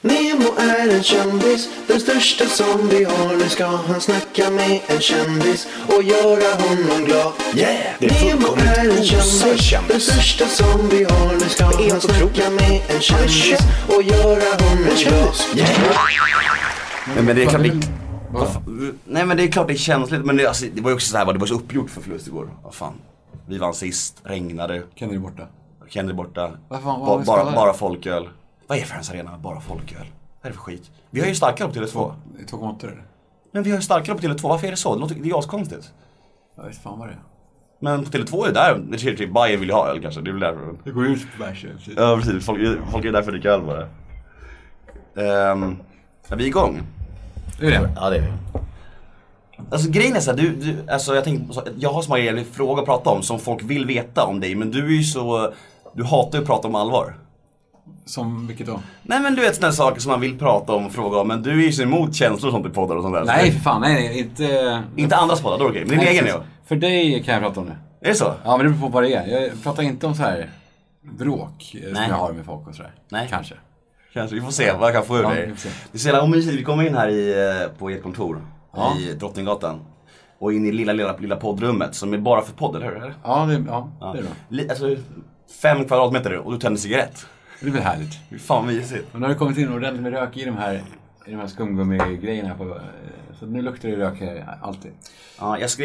Nemo är en kändis, den största som vi har. Nu ska han snacka med en kändis och göra honom glad. Yeah, det är Nemo är en kändis, den största som vi har. Nu ska han snacka med en kändis och göra honom glad. Yeah. Men det är klart nej men det är klart det är känsligt. Men det, alltså, det var ju också så här, det var så uppgjort för förlust igår. Vad fan, vi vann sist, regnade. Kennedy borta. Bara folköl. Vad är Friends Arena? Bara folköl. Vad är det för skit? Vi har ju starkare på Tele2. 2,8 är det. Men vi har ju starkare på Tele2. Varför är det så? Det är askonstigt. Jag vet fan vad det är. Men på Tele2 är där. Det är typ Bayern vill ha öl kanske. Det är väl där. Det går ut på bärsen. Ja precis. Folk är där för att dricka öl bara. Är vi igång? Är det? Ja det är vi. Alltså grejen är så här, alltså jag har så många frågor att prata om som folk vill veta om dig. Men du är ju så, du hatar ju att prata om allvar. Som vilket då? Nej men du vet sådana saker som man vill prata om och fråga om. Men du är ju så emot känslor och sånt i poddar och sånt där. Nej för fan, nej inte. Inte andras poddar, då okej. Men din egen är. För dig kan jag prata om det. Är det så? Ja men det beror på vad det är. Jag pratar inte om så här bråk som jag har med folk och sådär. Nej. Kanske, vi får se vad jag kan få ur dig. Det är så jävla omysigt, vi kommer in här på ert kontor i Drottninggatan. Och in i lilla poddrummet som är bara för podd, eller hur? Ja, det är bra. Alltså 5 kvadratmeter och du tänder cigarett. Det blir härligt. Det är fan mysigt. Och nu har det kommit in ordentligt med rök i de här skumgummi-grejerna. Så nu luktar det rök här alltid. Ja, jag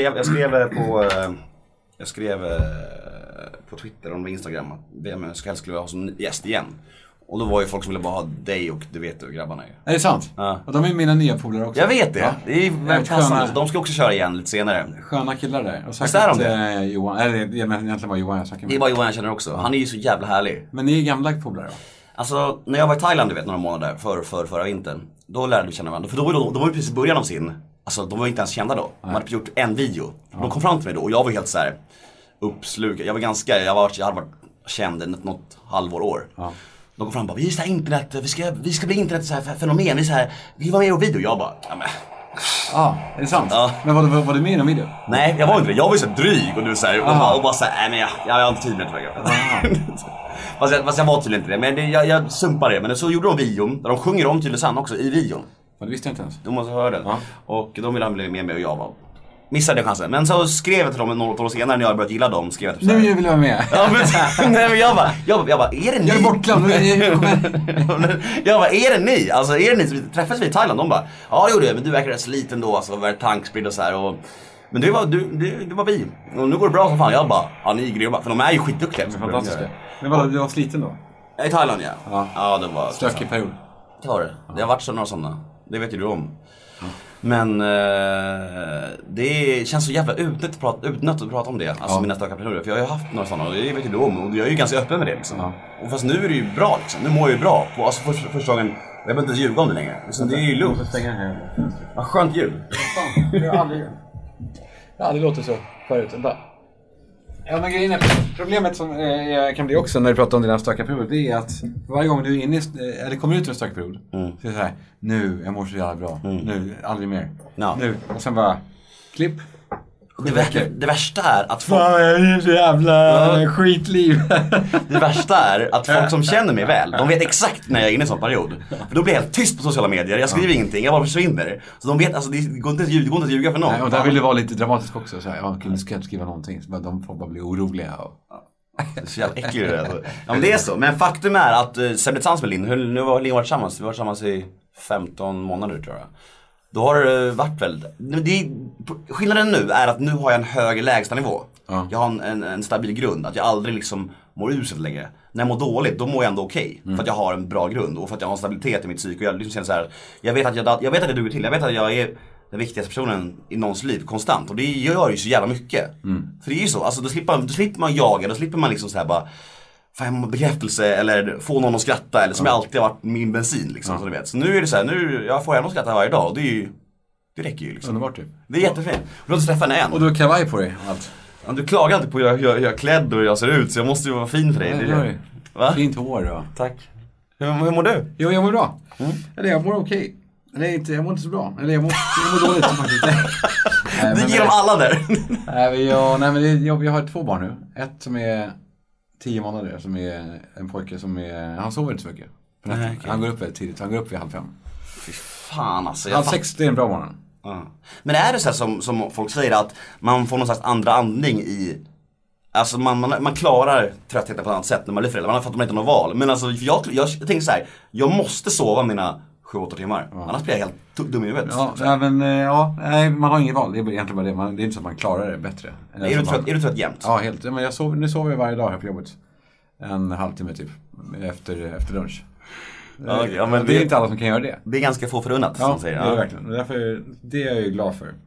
skrev på Twitter och Instagram att VM skulle ha som gäst igen. Och då var ju folk som ville bara ha dig och du vet du grabbarna ju. Är det sant? Ja. Och de är mina nya polare också. Jag vet det. Ja. Det är väldigt passande. De ska också köra igen lite senare. Sköna killar där. Och visst är de det? Johan, eller egentligen var Johan jag snackade med. Det är bara Johan jag känner också. Han är ju så jävla härlig. Men ni är gamla polare då? Alltså, när jag var i Thailand, du vet, några månader förra vintern. Då lärde du känna varandra. För då var ju precis i början av sin. Alltså, de var inte ens kända då. De hade gjort en video. Ja. De kom fram till mig då och jag var helt så här uppslukad. Jag hade varit känd något halvår. Ja. De kom fram och bara, vi är så här internet, vi ska bli internet så här fenomen, vi var med i en video. Jag bara, är det sant? Ja. Men var du med i någon video? Nej, jag var inte det. Jag var ju så dryg och du så här, och bara så här, nej men jag har inte tid med det. Fast jag var tydligen inte det, men jag sumpade det. Men så gjorde de videon, där de sjunger om Tydlig Sann också i videon. Men det visste jag inte ens. Du måste höra den. Ja. Och de ville ha med mig och jag var missade chansen. Men så skrev jag till dem något år senare när jag börjat gilla dem. Skrev jag typ så här, nu vill jag vara med. Ja, nej, men jag bara, är det ni? Jag är bortglömd. Jag bara, är det ni? Alltså, är det ni som träffades vi i Thailand? De bara, ja det gjorde jag, men du verkar rätt sliten då. Alltså, var tankspridd och så här. Och, men det var vi. Och nu går det bra som fan. Jag bara, ja ni är grymma. För de är ju skitduktiga. Fantastiska. Men vad, du var sliten då? I Thailand, ja. Ja, det var stökig period. Det var det. Det har varit några sådana. Det vet ju du om. Men det känns så jävla utnött att prata om det. Alltså mina stökiga perioder. För jag har ju haft några sådana och det vet ju du om. Och jag är ju ganska öppen med det liksom. Och fast nu är det ju bra liksom. Nu mår jag ju bra. Alltså första gången, jag behöver inte ljuga om det längre. Liksom, det är ju lugnt. Ja, skönt ljud. Jag har aldrig låtit så förut. Ja, men grejen är, problemet som kan bli också när du pratar om dina stökiga perioder, det är att varje gång du är inne eller kommer ut ur en stökig period så är det så här, nu, jag mår så jävla bra, nu, aldrig mer, nu, och sen bara, klipp. Det värsta är att folk... Fan, jag är så jävla skitliv. Det värsta är att folk som känner mig väl, de vet exakt när jag är inne i en sån period. För då blir jag helt tyst på sociala medier, jag skriver ingenting, jag bara försvinner. Så de vet, alltså det går inte att ljuga för någon. Nej, och där vill det vara lite dramatiskt också, så här, jag kunde skriva någonting, så de får bara bli oroliga. Och... Det är så jävla äckligt det alltså. Ja men det är så, men faktum är att Sebbe tillsammans med Linn, nu har Linn varit tillsammans, vi var tillsammans i 15 månader tror jag. Då har det varit skillnaden nu är att nu har jag en högre lägstanivå. Jag har en stabil grund, att jag aldrig liksom mår uselt längre. När jag mår dåligt, då mår jag ändå okej. För att jag har en bra grund och för att jag har en stabilitet i mitt psyke. Och jag liksom känner så här, jag vet att jag duger till, jag vet att jag är den viktigaste personen i någons liv konstant. Och det gör ju så jävla mycket. För det är ju så, alltså då slipper man jaga, då slipper man liksom så här bara fan bekräftelse eller få någon att skratta eller som jag alltid har varit min bensin liksom, så du vet. Så nu är det så här, nu jag får ändå skratta varje dag och det räcker ju liksom. Underbart typ. Det är jättefint. Du har inte träffat henne än. Och du har kavaj på dig allt. Ja, du klagar alltid på hur jag är klädd och hur jag ser ut, så jag måste ju vara fin för dig. Ja, va? Fint hår då. Tack. Hur mår du? Jo, jag mår bra. Eller jag mår okej. Eller inte, jag mår inte så bra. Eller jag mår dåligt faktiskt. Du ger dem alla där. Jag har 2 barn nu. Ett som är 10 månader, som är en pojke som är, han sover inte så mycket. Nej, Han går upp väldigt tidigt, han går upp vid 5:30. Fy fan alltså. 5:30, det är en bra morgon. Ja. Men är det så här som folk säger att man får någon slags andra andning i... Alltså man klarar tröttheten på ett annat sätt när man blir förälder. Man har fattat man inte något val. Men alltså jag tänker så här, jag måste sova mina 7-8 timmar. Annars blir jag helt dum i huvudet. Nej, man har inget val. Det är egentligen bara det. Det är inte så att man klarar det bättre. Är du trött jämt? Ja, helt. Men nu sover jag varje dag här på jobbet. En halvtimme typ. Efter lunch. Ja, men det är inte alla som kan göra det. Det är ganska få förunnat, som man säger. Ja, det är verkligen. Därför, det är jag ju glad för.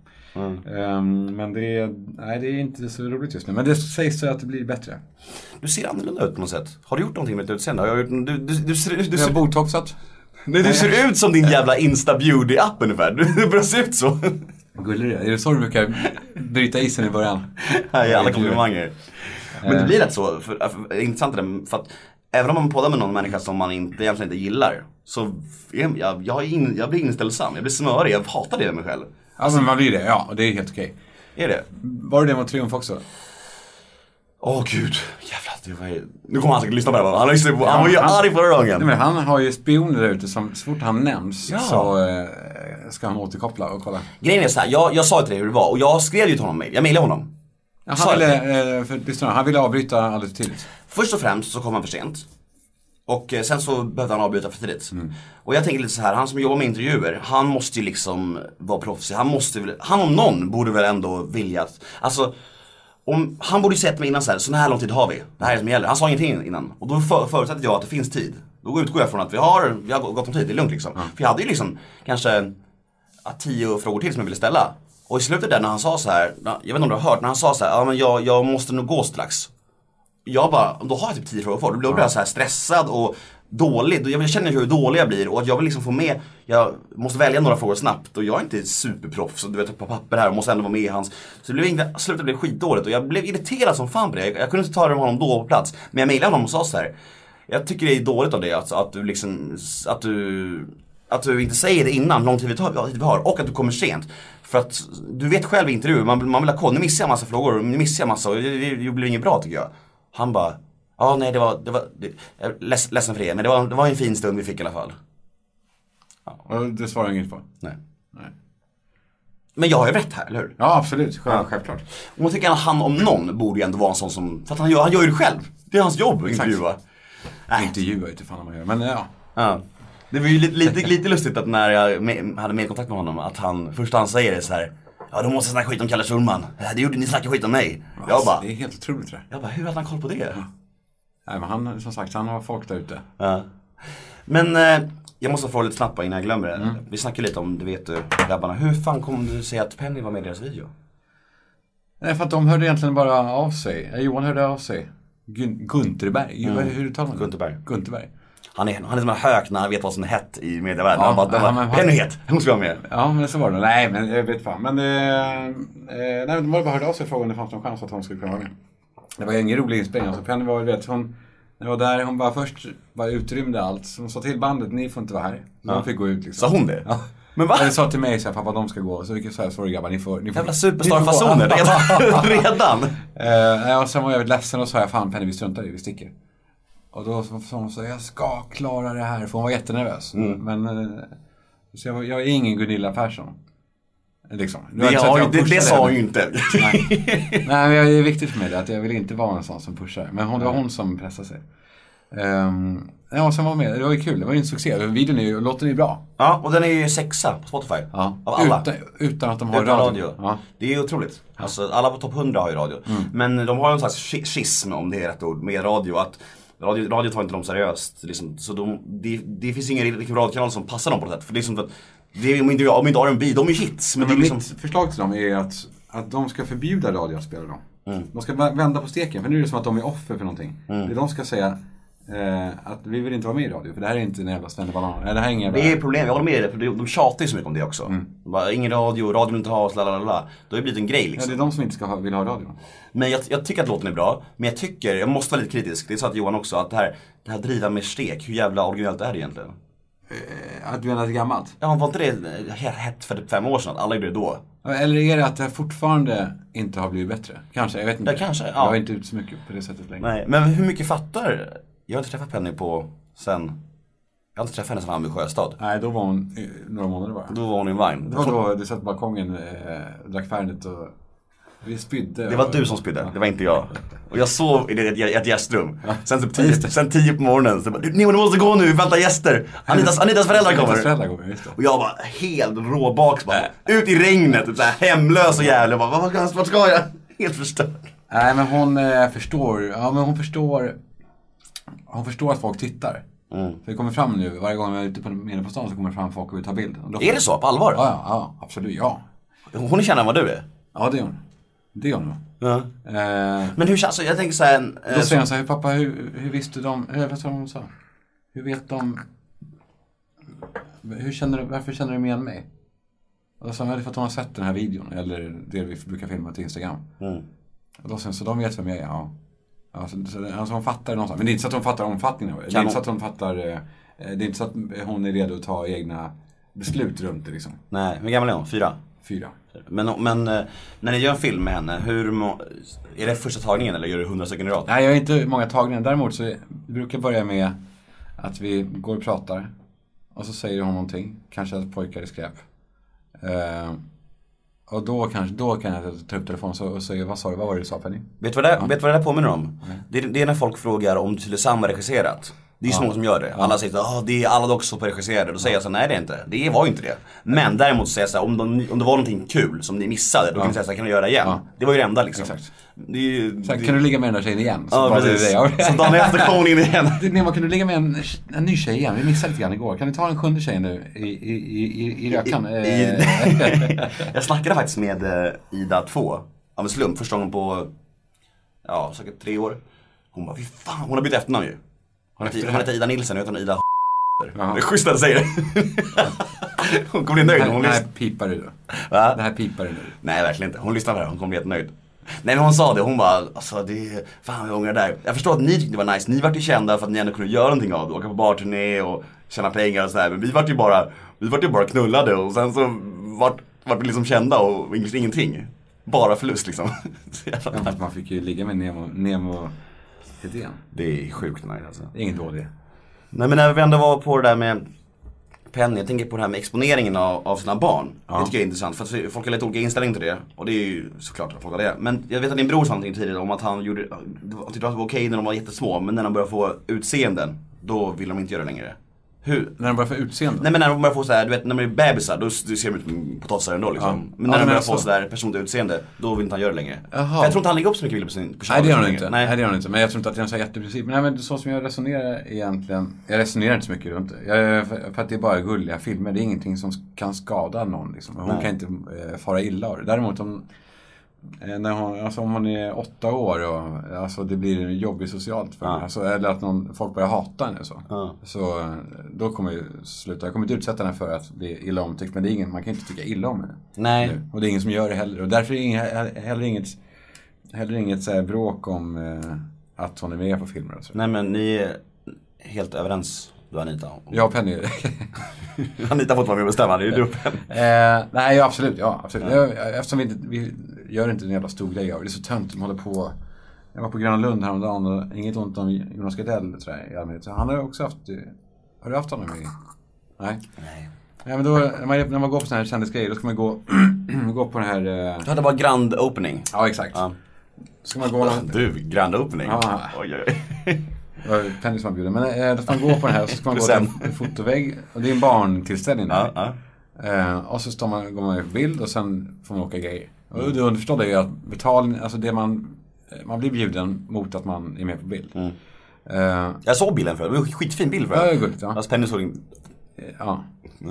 Men det är inte så roligt just nu. Men det sägs så att det blir bättre. Du ser annorlunda ut på något sätt. Har du gjort någonting med ditt utseende? Jag har botoxat. Nej, du ser ut som din jävla Insta Beauty-app ungefär. Du börjar se ut så. Gullig det. Är det så du brukar bryta isen i början? Nej, alla komplimanger. Men det blir rätt så. Det är intressant det, för att även om man poddar med någon människa som man egentligen inte gillar, så jag blir inställsam. Jag blir smörig. Jag hatar det med mig själv. Alltså man blir det, ja. Det är helt okej. Är det? Var det mot Triumf också? Gud, jävlar, nu kommer han säkert lyssna på det. Han var ju arg förra gången. Nej, men han har ju spioner där ute som så fort han nämns så ska han återkoppla och kolla. Grejen är så här, jag sa till dig hur det var och jag skrev ju till honom, jag mejlade honom. Han ville avbryta alldeles tidigt. Först och främst så kom han för sent. Och sen så behövde han avbryta för tidigt. Och jag tänker lite så här, han som jobbar med intervjuer, han måste ju liksom vara proffsig. Han om någon borde väl ändå vilja att, alltså han borde ju sett mig innan så här lång tid har vi. Det här är som gäller. Han sa ingenting innan. Och då förutsätter jag att det finns tid. Då utgår jag från att vi har gått om tid, det är lugnt liksom. För jag hade ju liksom kanske 10 frågor till som jag ville ställa. Och i slutet där när han sa så här, jag vet inte om du har hört, när han sa så här, ja men jag måste nog gå strax. Jag bara, då har jag typ 10 frågor kvar. Då blir jag så här stressad och dålig. Jag känner hur dålig jag blir och att jag vill liksom få med, jag måste välja några frågor snabbt och jag är inte superproffs och du vet på papper här och måste ändå vara med i hans. Så det slutade bli skitdåligt och jag blev irriterad som fan på det. Jag kunde inte ta det med honom då på plats. Men jag mejlade honom och sa så här, jag tycker det är dåligt av dig att du liksom, att du inte säger det innan lång tid vi har och att du kommer sent. För att du vet själv i intervju, man vill ha koll, nu missar jag massa frågor, nu missar jag massa och det blir inget bra tycker jag. Han bara, nej det var jag är ledsen för det, men det var en fin stund vi fick i alla fall. Ja. Och det svarar jag inget på? Nej. Men jag har ju rätt här, eller hur? Ja, absolut, självklart. Och man tycker att han om någon borde ju ändå vara en sån som, för att han gör ju det själv. Det är hans jobb att intervjua. Intervjua inte fan vad man gör, men ja. Det var ju lite lustigt att när jag hade mer kontakt med honom, att först han säger det så här. Ja, då måste jag snacka skit om Kalle Schulman. Det gjorde ni snacka skit om mig. Jag bara, det är helt otroligt det. Jag bara, hur hade han koll på det? Ja. Nej, men han, som sagt, han har folk där ute. Ja. Men jag måste få lite snabbt innan jag glömmer det. Vi snackade lite om, du vet grabbarna. Hur fan kom du säga att Penny var med i deras video? Nej, för att de hörde egentligen bara av sig. Johan hörde av sig. Gunterberg. Hur talar man? Gunterberg. Han är som en hök när han vet vad som är hett i medievärlden. Han bara, Penny het, hon ska vara med. Ja, men så var det. Nej, men jag vet fan. Men de bara hörde av sig frågan om det fanns någon chans att hon skulle kunna vara med. Det var ingen rolig inspelning. Alltså, Penny var, vet hon var där, hon bara först bara utrymde allt. Så hon sa till bandet, ni får inte vara här. Så hon fick gå ut liksom. Sa hon det? Ja. Men va? Eller sa till mig så här, pappa de ska gå. Så vilket så här, sorry grabbar, ni får jävla superstar-fasoner redan. Och sen var jag ledsen och sa jag, fan Penny vi struntar i, vi sticker. Och då sa hon så jag ska klara det här. För hon var jättennervös. Men så jag är ingen Gunilla Persson. Liksom. Det sa hon ju inte. Nej, men det är viktigt för mig att jag vill inte vara en sån som pushar. Men det var hon som pressade sig. Och sen var med. Det var ju kul. Det var ju en succé. Videon låten är bra. Ja, och den är ju 6 på Spotify. Ja. Av alla. Utan att de har radio. Ja. Det är ju otroligt. Alltså, alla på topp 100 har ju radio. Men de har ju en slags schism, om det är rätt ord, med radio. Att radio tar inte dem seriöst. Liksom. Så det finns ingen riktig radiokanal som passar dem på det sätt. För det är som att om inte R&B, de är hits. Men det är liksom... Mitt förslag till dem är att de ska förbjuda radio att spela dem. De ska vända på steken. För nu är det som att de är offer för någonting. Det de ska säga att vi vill inte vara med i radio. För det här är inte en jävla svennebanan. Det är problem, jag håller med dig. För de tjatar ju så mycket om det också. Bara, ingen radio vill inte ha oss, lalala. Då har det blivit en grej liksom. Ja, det är de som inte vill ha radio. Men jag tycker att låten är bra. Men jag måste vara lite kritisk. Det sa att Johan också, att det här driva med stek, hur jävla originellt är det egentligen? Att du menar det gammalt? Ja, var inte det hett för 5 år sedan? Alla gjorde det då. Eller är det att det fortfarande inte har blivit bättre? Kanske, jag vet inte. Ja, kanske, ja. Jag har inte ut så mycket på det sättet längre. Nej, men hur mycket fattar... Jag har inte träffat Penny på sen Jag har inte träffat henne sedan han var i Sjöstad. Nej, då var hon några månader bara. Då var hon i Vine. Det var då du satt på balkongen, drack färdigt och vi spydde. Det var du som spydde, det var inte jag. Och jag sov i ett gästrum. Sen 10 på morgonen så bara, ni måste gå nu, vi väntar gäster. Annitas föräldrar kommer. Just det. Och jag var helt råbaks bara, ut i regnet, typ så här, hemlös och jävla bara, vad ska jag? Helt förstörd. Nej, men hon förstår. Ja, men hon förstår att folk tittar. För det kommer fram nu, varje gång jag är ute på stan så kommer det fram folk och vill ta bild. Är det så? På allvar? Ja, absolut, ja. Hon är kännare än vad du är? Ja, det är hon. Det är hon nog. Ja. Men hur känns det? Jag tänker så här... Då säger hon så här, pappa, hur visste de... Vad sa hon sa? Hur vet de... Varför känner du igen mig? Och då sa hon, för att hon har sett den här videon. Eller det vi brukar filma till Instagram. Och då säger hon, så de vet vem jag är, ja. Alltså hon fattar någonstans. Men det är inte så att hon fattar omfattningen. Det är inte så att hon fattar... Det är inte så att hon är redo att ta egna beslut runt det liksom. Nej, hur gammal är hon? 4? 4. Men när ni gör en film med henne, är det första tagningen eller gör du 100 stycken i rad? Nej, jag är inte många tagningar. Däremot så det brukar börja med att vi går och pratar. Och så säger hon någonting. Kanske att pojkar är skräp. Och då kan jag ta upp telefonen och säga, vad var det du sa, Penny? Vet du vad det där påminner om? Det är när folk frågar om du samma regisserat. Det är ju så många som gör det. Alla säger att det är alla också på regisserade. Då säger jag så nej det är inte. Det var ju inte det. Men däremot säger jag så här, om det var någonting kul som ni missade, då kan ni säga så här, kan du göra det igen? Det var ju det enda liksom. Exakt. Kan du ligga med den där tjejen igen? Så precis. Så dagen efter kom hon in igen. Kan du ligga med en ny tjej igen? Vi missade lite grann igår. Kan du ta en 7:e tjej nu i rökan? Jag snackade faktiskt med Ida 2 av en slump första gången på säkert 3 år. Hon bara, fy fan, hon har bytt efternamn ju. Hon heter Ida Nilsson, jag heter Ida. Det är schysst att säga det. Hon kommer bli nöjd. Det här pipar du då. Va? Det här pipar du nu. Nej, verkligen inte. Hon lyssnar på det här, hon kommer bli jättenöjd. Nej, men hon sa det, hon bara, alltså det, fan jag ångrar det där. Jag förstår att ni tyckte det var nice, ni vart ju kända för att ni ändå kunde göra någonting av det. Åka på barturné och tjäna pengar och sådär. Men vi vart ju bara knullade och sen så vart vi liksom kända och ingenting. Bara förlust liksom. Man fick ju ligga med Nemo Hedén. Det är sjukt nice alltså. Det är ingen dålig. Nej, men när vi ändå var på det där med Penny, jag tänker på det här med exponeringen av sina barn. Det tycker jag är intressant, för att folk har lite olika inställning till det. Och det är ju såklart att folk har det. Men jag vet att din bror sa någonting tidigare om att han tyckte att det var okej när de var jättesmå. Men när de började få utseenden, då vill de inte göra det längre. Hur? När de börjar få utseende? Nej, men när de börjar få sådär, du vet när de är bebisar, då ser de ut som potatisar ändå liksom. Men när de börjar få sådär personligt utseende, då vill inte han göra det längre. För jag tror inte han lägger upp så mycket bilder på sin person. Nej, det gör han inte. Nej, det gör han inte. Men jag tror inte att det är en sån här jätteprincip. Nej, men så som jag resonerar egentligen, jag resonerar inte så mycket runt det. För att det är bara gulliga filmer, det är ingenting som kan skada någon liksom. Hon kan inte fara illa av det. Däremot om hon är 8 år och alltså det blir jobbigt socialt för henne, alltså, eller att folk börjar hata henne så då kommer jag sluta. Jag kommer inte utsätta henne för att bli illa omtyckt, men det är man kan inte tycka illa om henne. Nej. Nu. Och det är ingen som gör det heller, och därför är det heller inget så här bråk om att hon är med på filmer och så. Nej, men ni är helt överens, du Anita. Jag och Penny. Anita får inte vara med och bestämma, det är ju gruppen. Nej, absolut. Eftersom vi gör inte en jävla stor grej av det. Det är så tönt som håller på. Jag var på Gröna Lund häromdagen och inget ont om Jonas Gardell, tror jag, i allmänhet. Så han har också haft... Har du haft honom med? Nej. Ja, men då, när man går på såna här kändisgrejer, då ska man gå på den här... Du hade bara grand opening. Ja, exakt. Ska man gå... grand opening. Oj. Det var Penny som var bjuden. Men då får man gå på den här och så ska man gå till en fotovägg. Och det är en barntillställning där. Och så går man i bild och sen får man åka grejer. Och det underförstådda är ju att betalning, alltså det man blir bjuden mot att man är med på bild. Jag såg bilden för det var en skitfin bild för det. Ja, det är gulligt. Alltså Penny såg in... Ja.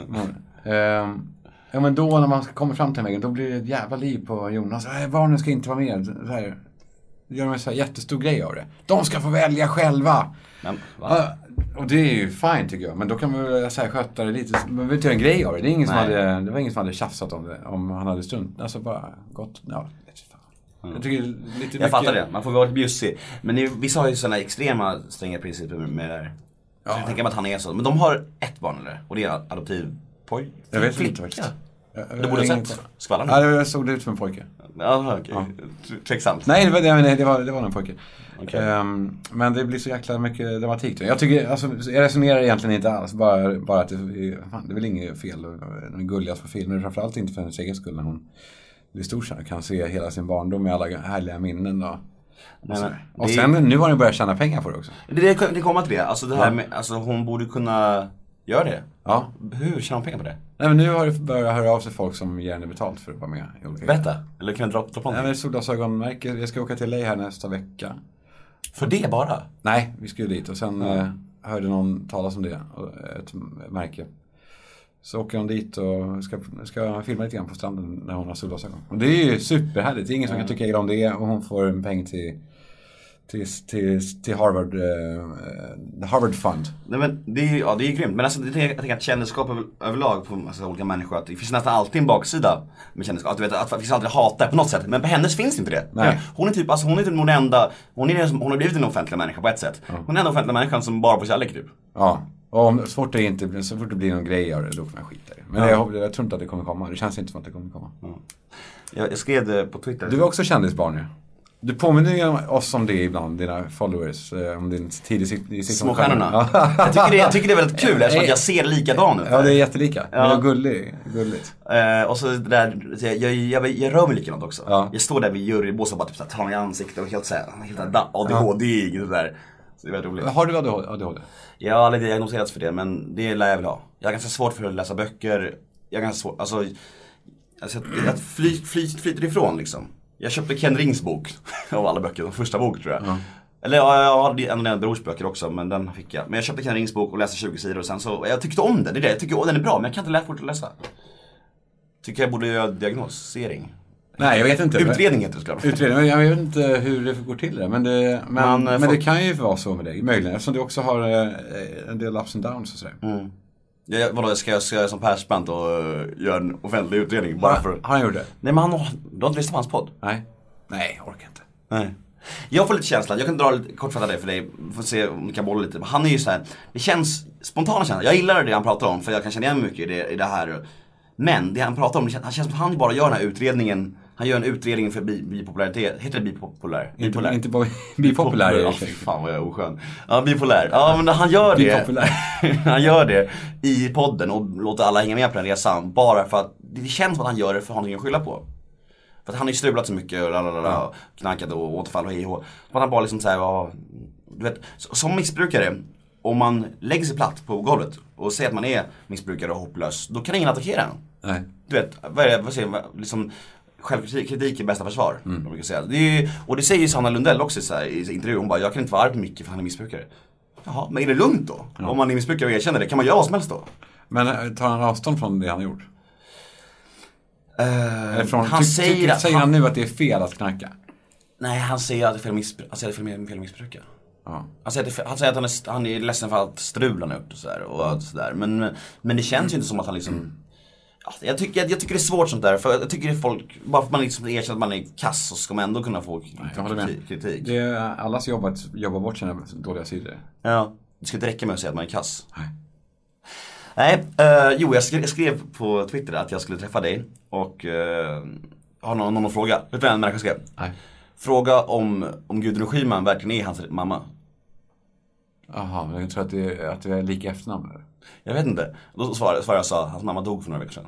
Ja, men då när man kommer fram till väggen, då blir det ett jävla liv på Jonas. Barnen ska inte vara med. Så här. Gör de en så här jättestor grej av det. De ska få välja själva. Men, och det är ju fine tycker jag. Men då kan man väl så här sköta det lite. Man vill inte göra en grej av det. Det var ingen som hade tjafsat om det. Om han hade strunt. Alltså bara gått. Ja, jag tycker lite mycket. Jag fattar det. Man får vara lite bjussig. Men vissa har ju sådana extrema stränga principer med det här. Så jag tänker mig att han är så. Men de har ett barn eller? Och det är adoptivpoj. Jag vet inte faktiskt. Du borde ha sett skvallran. Ja, jag såg det ut som en pojke. Ja, okej. Tveksamt. Nej, det var en pojke. Okay. Men det blir så jäkla mycket dramatik. Jag tycker, alltså, jag resonerar egentligen inte alls. Bara att det är väl inget fel. De är gulligast på filmer. Framförallt inte för hennes egen skull när hon blir stor så kan se hela sin barndom med alla härliga minnen då. Och sen nu har hon börjat tjäna pengar på det också. Det kommer till det. Alltså det här med, alltså hon borde kunna göra det. Ja. Hur tjänar hon pengar på det? Nej, men nu har det börjat höra av sig folk som ger henne betalt för att vara med i olika. Berätta. Eller kan jag droppa någonting? Nej, men solglasögonmärke. Jag ska åka till LA här nästa vecka. För det bara? Nej, vi skulle dit och sen hörde någon talas om det. Ett märke. Så åker hon dit och ska filma lite grann på stranden när hon har solglasögon. Och det är ju superhärligt. Det är ingen som kan tycka illa om det. Och hon får en peng till Harvard, Harvard Fund. Nej, men det är grymt. Men alltså, jag tänker att kändisskap överlag på olika människor, att det finns nästan alltid en baksida med kändisskap. Att du vet, att det finns aldrig hatare på något sätt. Men på hennes finns inte det. Nej. Hon är typ, alltså hon är typ den enda, hon har blivit en offentlig människa på ett sätt. Hon är den offentliga människan som bara på kärlek typ. Ja. Och så fort det blir någon grej av det, då kan man skita i det. Men jag tror inte att det kommer komma. Det känns inte som att det kommer komma. Jag skrev det på Twitter. Du är också kändisbarn nu. Du påminner ju oss om det ibland, dina followers, om din tid i små stjärnorna. Jag tycker det är väldigt kul eftersom att jag ser likadan ut. Ja, det är jättelika. Ja. Det är gulligt. Och så där, jag rör mig likadant också. Ja. Jag står där vid jurybås och bara typ tar mig i ansiktet och helt ADHD och sådär. Så det är väldigt roligt. Har du ADHD? Jag har aldrig diagnoserats för det, men det lär jag väl ha. Jag har ganska svårt för att läsa böcker. Jag har ganska svårt, alltså jag flyter ifrån liksom. Jag köpte Ken Rings bok av alla böcker, den första bok tror jag. Eller jag hade en av den brors böcker också, men den fick jag. Men jag köpte Ken Rings bok och läste 20 sidor och sen så, jag tyckte om det, jag tycker den är bra, men jag kan inte fortsätta läsa. Tycker jag borde göra diagnosering. Nej, jag vet inte. Utredning heter det såklart. Utredning, jag vet inte hur det går till det. Men det kan ju vara så med dig, möjligen. Eftersom du också har en del ups and downs och sådär. Vadå, ska jag som Persbrandt och göra en offentlig utredning? Bara för... Har han gjort det? Nej, men du har inte lyssnat på hans podd? Nej, jag orkar inte. Nej. Jag får lite känslan, jag kan dra lite kortfattat det för dig. Får se om du kan bolla lite. Han är ju så här, det känns spontana känslan. Jag gillar det han pratar om, för jag kan känna igen mycket i det här. Men det han pratar om, han känns som att han bara gör den här utredningen. Han gör en utredning för bipolaritet. Heter det bipolär? Inte bipolär. Ja, fan vad jag är oskön. Ja, bipolär. Ja, men han gör det. Han gör det i podden och låter alla hänga med på den resan. Bara för att det känns som att han gör det för att han har att skylla på. För att han har ju strulat så mycket och knackat och återfall och hej och så han bara liksom såhär, du vet, som missbrukare, om man lägger sig platt på golvet och säger att man är missbrukare och hopplös, då kan ingen attackera en. Nej. Du vet, vad säger man, liksom självkritik är bästa försvar, de brukar säga. Och det säger ju Sanna Lundell också i intervjun. Hon bara, jag kan inte vara arg på Micke för han är missbrukare. Jaha, men är det lugnt då? Ja. Om man är missbrukare och erkänner det, kan man göra vad som helst då? Men tar han avstånd från det han har gjort? Säger han nu att det är fel att knacka? Nej, han säger att det är fel missbrukare. Ja. Han säger att han är ledsen för allt strul han har gjort och sådär. Men det känns ju inte som att han liksom... Jag tycker det är svårt sånt där, för jag tycker det är folk, bara för att man liksom erkänner att man är kass, så ska man ändå kunna få kritik. Det är allas jobb att jobba bort sina dåliga sidor. Ja, det ska inte räcka med att säga att man är kass. Nej, jag skrev på Twitter att jag skulle träffa dig och har någon fråga. Vet du vad en människa skrev? Nej. Fråga om Gudrun Schyman verkligen är hans mamma. Jaha, jag tror att det är lika efternamn. Jag vet inte. Då svarade jag så, hans mamma dog för några veckor sedan.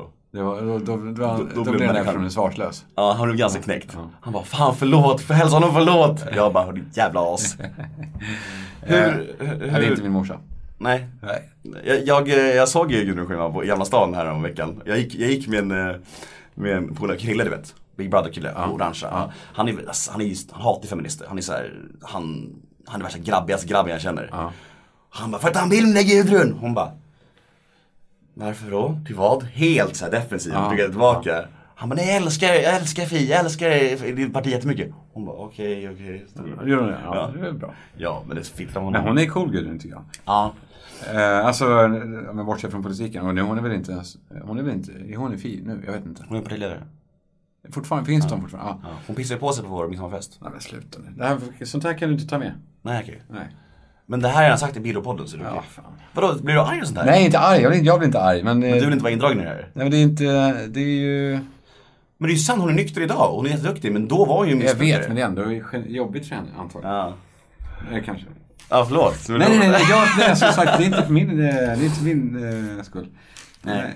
Då blev den därifrån svarslös. Ja, han blev ganska knäckt. Ja. Han bara, fan förlåt, hälsa honom förlåt. Jag bara, din jävla as. Hur? Det är inte min morsa. Nej. Jag såg ju Gudrun Schyman på Gamla stan här om veckan. Jag gick med en polare, Krille, du vet. Big Brother-kille, orange. Ja. Han hatar feminister. Han är så här, han är värsta grabbigaste grabben jag känner. Ja. Han bara, för att han vill med Gudrun. Hon bara, varför då? Till vad? Helt så här defensiv. Tryckade tillbaka. Ja. Han bara, nej, jag älskar Fi. Jag älskar ditt parti jättemycket. Hon bara, okej. Gör hon det? Ja, det är bra. Ja, men det fittlar hon. Men hon är cool, Gudrun, tycker jag. Ja. Alltså, om jag bortser från politiken. Och hon är väl inte ens... Hon är Fi nu, jag vet inte. Hon är partiledare. Fortfarande, finns de fortfarande? Ja. Hon pissar på sig på vår midsommarfest. Nej, men sluta nu. Sånt här kan du inte ta med. Nej, okej. Nej. Men det här har jag sagt i Bilopodden, så det är okej. fan. Vadå, blir du arg och sånt här? Nej, inte arg. Jag blir inte arg. Men du vill inte vara indragen i det här? Nej, men det är inte... Det är ju... Men det är ju sant, hon är nykter idag. Hon är jätteduktig, men då var ju missbrukare. Jag vet, men det är ändå jobbigt för henne, antagligen. Ja. Kanske. Ja, förlåt. Nej, som sagt, det är inte för min skull. Nej.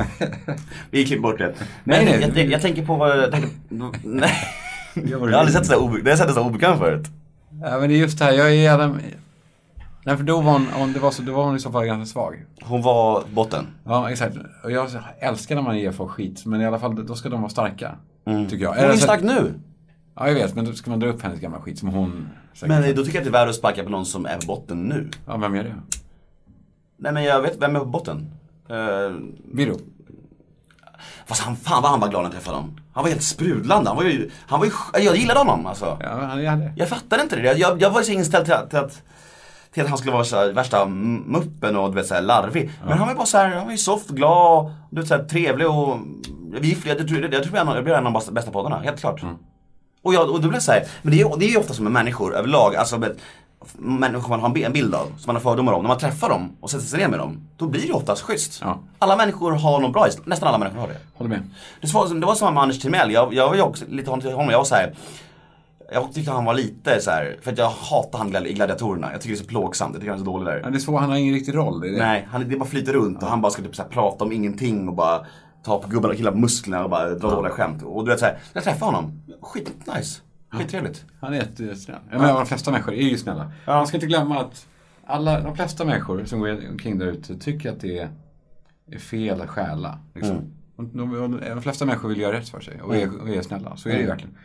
Vi klipper bort det. Nej. Jag tänker på vad... Nej. Jag har aldrig sett det så obekvämt förut. Ja, men det är just det här. Jag är jävla... Nej, för då var hon i så fall ganska svag. Hon var botten. Ja, exakt. Och jag älskar när man ger folk skit. Men i alla fall, då ska de vara starka. Tycker jag. Hon är stark nu. Ja, jag vet. Men då ska man dra upp hennes gamla skit som hon... Men då tycker jag att det är värt att sparka på någon som är på botten nu. Ja, vem gör det? Nej, men jag vet vem är på botten. Viro. Fast han var glad när jag träffade honom. Han var helt sprudlande. Han var ju jag gillade honom alltså. Ja, han är det. Jag fattade inte det. Jag var så inställd till att han skulle vara så här, värsta muppen och du vet så här larvig. Ja. Men han var bara så här, han var ju soft, glad, du vet så här, trevlig och giftig. Jag tror jag blir en av de bästa poddarna, helt klart. Och då blev jag så här, men det är ju ofta som med människor överlag, alltså människor man har en bild av, som man har fördomar om. När man träffar dem och sätter sig ner med dem, då blir det oftast schysst. Ja. Alla människor har något bra, nästan alla människor har det. Håller med. Det var som med Anders Timell. Jag var ju också lite honom. Jag var så här, jag tyckte han var lite så här, för att jag hatar han i Gladiatorerna. Jag tycker det är så plågsamt, jag tycker han är så dålig där. Ja, det är så, han har ingen riktig roll. Nej, det bara flyter runt och han bara ska typ så här, prata om ingenting och bara ta på gubbarna och killar på musklerna och bara dra dåliga skämt. Och du vet så här, jag träffade honom, nice. Skittrevligt. Han är jättesnäll. Jag menar, de flesta människor är ju snälla. Ja. Man ska inte glömma att de flesta människor som går omkring där ute tycker att det är fel att stjäla. Liksom. De flesta människor vill göra rätt för sig och är snälla. Så är det ju verkligen.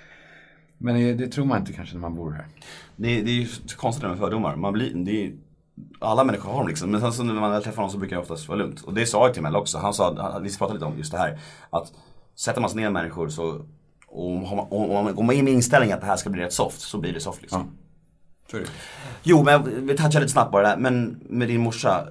Men det tror man inte kanske när man bor här. Det är ju så konstigt med fördomar. Alla människor har dem liksom. Men sen så när man träffar någon så brukar det oftast vara lugnt. Och det sa jag till Mel också. Han sa, vi pratade lite om just det här. Att sätter man sig ner människor så... Och om man går in med inställningen att det här ska bli rätt soft, så blir det soft liksom. Ja. Jo, men vi touchar lite snabbt bara där. Men med din morsa,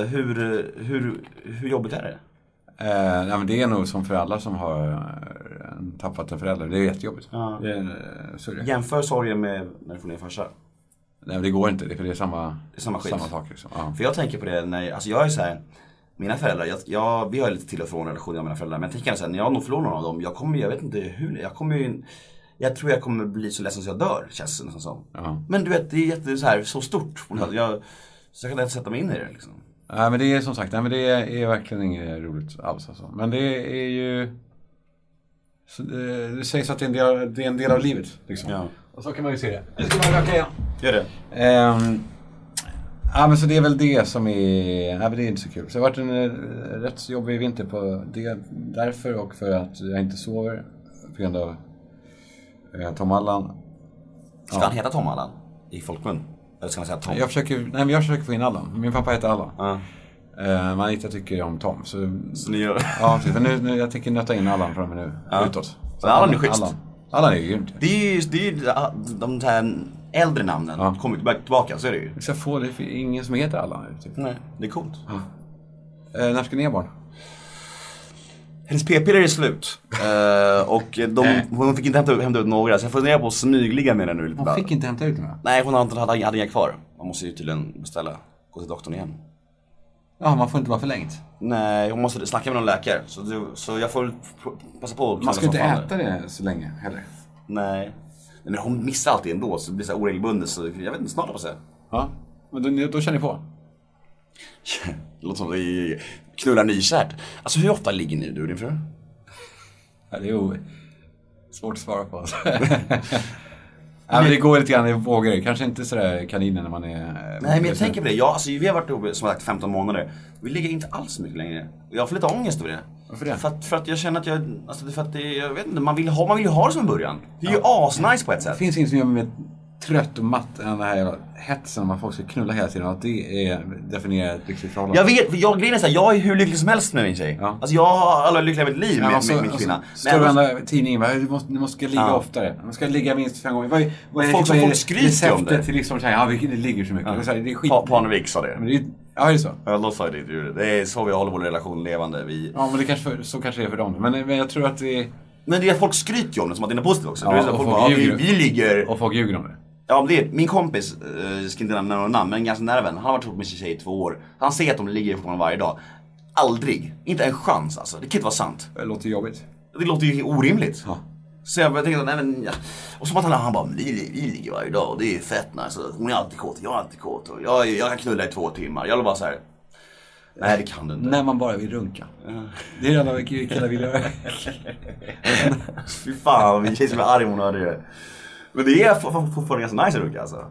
hur jobbigt är det? Nej, men det är nog som för alla som har tappat en förälder. Det är jättejobbigt. Ja. Jämför sorgen med när du får ner farsa. Nej, men det går inte. För det är samma skit. Samma sak liksom. Ja. För jag tänker på det alltså jag är så här. Mina föräldrar, vi har lite till och från relationer med mina föräldrar. Men jag tänker så här, när jag nog förlorar någon av dem, jag vet inte hur, jag tror jag kommer bli så ledsen så jag dör, känns det nästan som. Men du vet, det är så stort. Så jag kan inte sätta mig in i det liksom. Nej, men det är som sagt, men det är verkligen inget roligt alls alltså. Men det är ju, så det sägs att det är en del av livet liksom. Ja. Och så kan man ju se det. Nu ska man röka igen. Gör det. Ja, men så det är väl det som är... Nej, men det är inte så kul. Så det har varit en rätt jobbig vinter på det. Därför och för att jag inte sover. På grund av Tom Allan. Ska han heta Tom Allan i folkmun? Eller ska man säga Tom? Jag försöker få in Allan. Min pappa heter Allan. Men jag tycker om Tom. Så ni gör det? Ja, precis. Nu, jag tänker nöta in Allan från mig nu. Utåt. Så Allan är schysst. Allan är ju grymt. Det är ju de här äldre namnen kommer tillbaka, så är det ju. Jag får det för ingen som heter Allan nu, typ. Nej, det är coolt. När ska ni ha barn? Hennes p-piller är slut. Och hon fick inte hämta ut några. Så jag funderar på att smygliga med henne nu. Hon fick inte hämta ut några? Nej, hon hade inga kvar. Man måste ju tydligen gå till doktorn igen. Ja, man får inte vara förlängt. Nej, hon måste snacka med någon läkare. Så jag får passa på. Man ska inte äta det så länge heller. Nej. Men hon missar alltid ändå, så det blir så oregelbundet. Så jag vet inte, snart på sig. Ja, men då känner ni på. Det låter som att vi knullar nykärt. Alltså hur ofta ligger ni, du och din fru? Ja, det är svårt att svara på. Ja, men det går lite grann i vågor. Kanske inte sådär kaniner när man är... Nej, men jag tänker på det. Vi har varit uppe som sagt 15 månader. Vi ligger inte alls så mycket längre. Jag får lite ångest över det. Varför det? För att jag känner att jag vet inte, man vill ju ha det som en början. Det är ju asnice på ett sätt. Det finns inget som gör mig trött och matt än den här jävla hetsen om man folk ska knulla hela tiden. Att det definierar ett lyckligt förhållande. Jag vet, grejen är så här, jag är hur lycklig som helst med min tjej. Ja. Alltså jag har alla lyckliga i mitt liv med min kvinna. Står det andra tidningen, du måste ligga oftare. Man ska ligga minst 5 gånger. Folk skryter om det. Till liksom, det ligger så mycket. Ja. Det är skit. Parnevik sa det. Ja, det är så. Ja, då sa det är så vi håller vår relation levande. Ja, men så kanske det är för dem. Men jag tror att det... Men det är folk skryter ju om det som att det är positivt också. Ja, vi ligger... Och folk ljuger om det. Ja, det är min kompis, ska inte nämna någon namn, men ganska nära vän. Han har varit ihop med sin tjej i 2 år. Han säger att de ligger på varje dag. Aldrig, inte en chans alltså. Det kan inte vara sant. Det låter jobbigt. Det låter ju orimligt. Ja. Så jag tänkte, nej men, ja. Och så att han bara, vi ligger varje dag och det är fett nice. Hon är alltid kåt, jag är alltid kåt. Och jag kan knulla i 2 timmar. Jag vill bara så här. Nej, det kan du inte. När man bara vill runka. Det är det alla killar vill göra. Fy fan, min tjej som är arg hon hörde det. Men det är fortfarande ganska nice att runka alltså.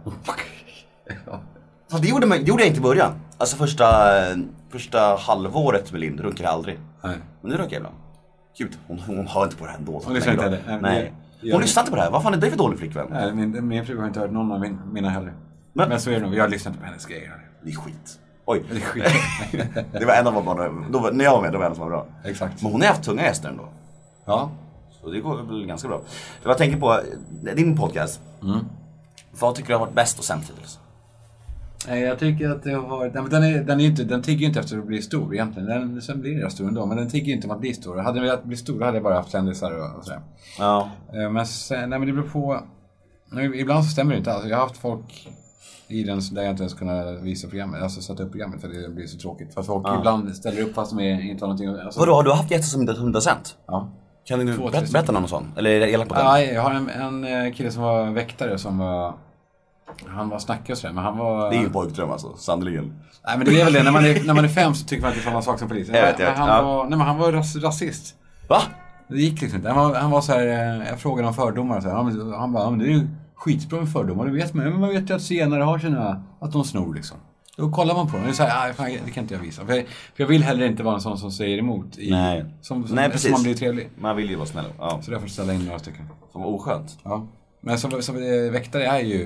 Fast det gjorde jag inte i början. Alltså första halvåret med Lind runkade jag aldrig. Nej. Men nu runkar jag ibland. Gud, hon hör inte på det här ändå. Hon lyssnar inte heller. Nej. Hon lyssnar inte på det här. Vad fan är det för dålig flickvän? Nej, min fru har inte hört någon av mina heller. Men så är det nog. Jag lyssnar inte på hennes grejer. Det är skit. Oj. Det är skit. Det var en av barnen. När jag var med, då var en som var bra. Exakt. Men hon har haft tunga gäster ändå. Ja. Så det går väl ganska bra. Jag tänker på din podcast. Vad tycker du har varit bäst och sämst hittills? Jag tycker att det har... Den tigger ju inte efter att bli stor egentligen. Sen blir det stor ändå, men den tigger inte om att bli stor. Hade den velat bli stor hade jag bara haft kändisar och sådär. Ja. Men sen, nej, men det beror på... Ibland så stämmer det inte. Alltså, jag har haft folk i den där jag inte ens kunnat visa programmet. Alltså sätta upp programmet för det blir så tråkigt. För att folk ibland ställer upp fast de inte har någonting... Alltså, Vadå, har du haft gäster som inte 100%? Ja. Kan du berätta någon sån? Eller är det elak på den? Ja, jag har en kille som var väktare som var... Han var snackig och sådär, men han var... Det är ju pojkdröm alltså, sannoliken. Nej, men det är väl det. När man är 5 så tycker man att det är samma sak som polis. Han var rasist. Va? Det gick liksom inte. Han var så här, jag frågade om fördomar och så här. Han bara, men det är ju skitbra med fördomar, det vet man. Men man vet ju att senare har sina, att de snor liksom. Då kollar man på dem och säger, fan, det kan inte jag visa. För jag vill heller inte vara en sån som säger emot. Nej. Nej, precis. Som man blir trevlig. Man vill ju vara snäll. Ja. Så därför ställa in några stycken. Som var oskönt. Ja. Men som väktare är ju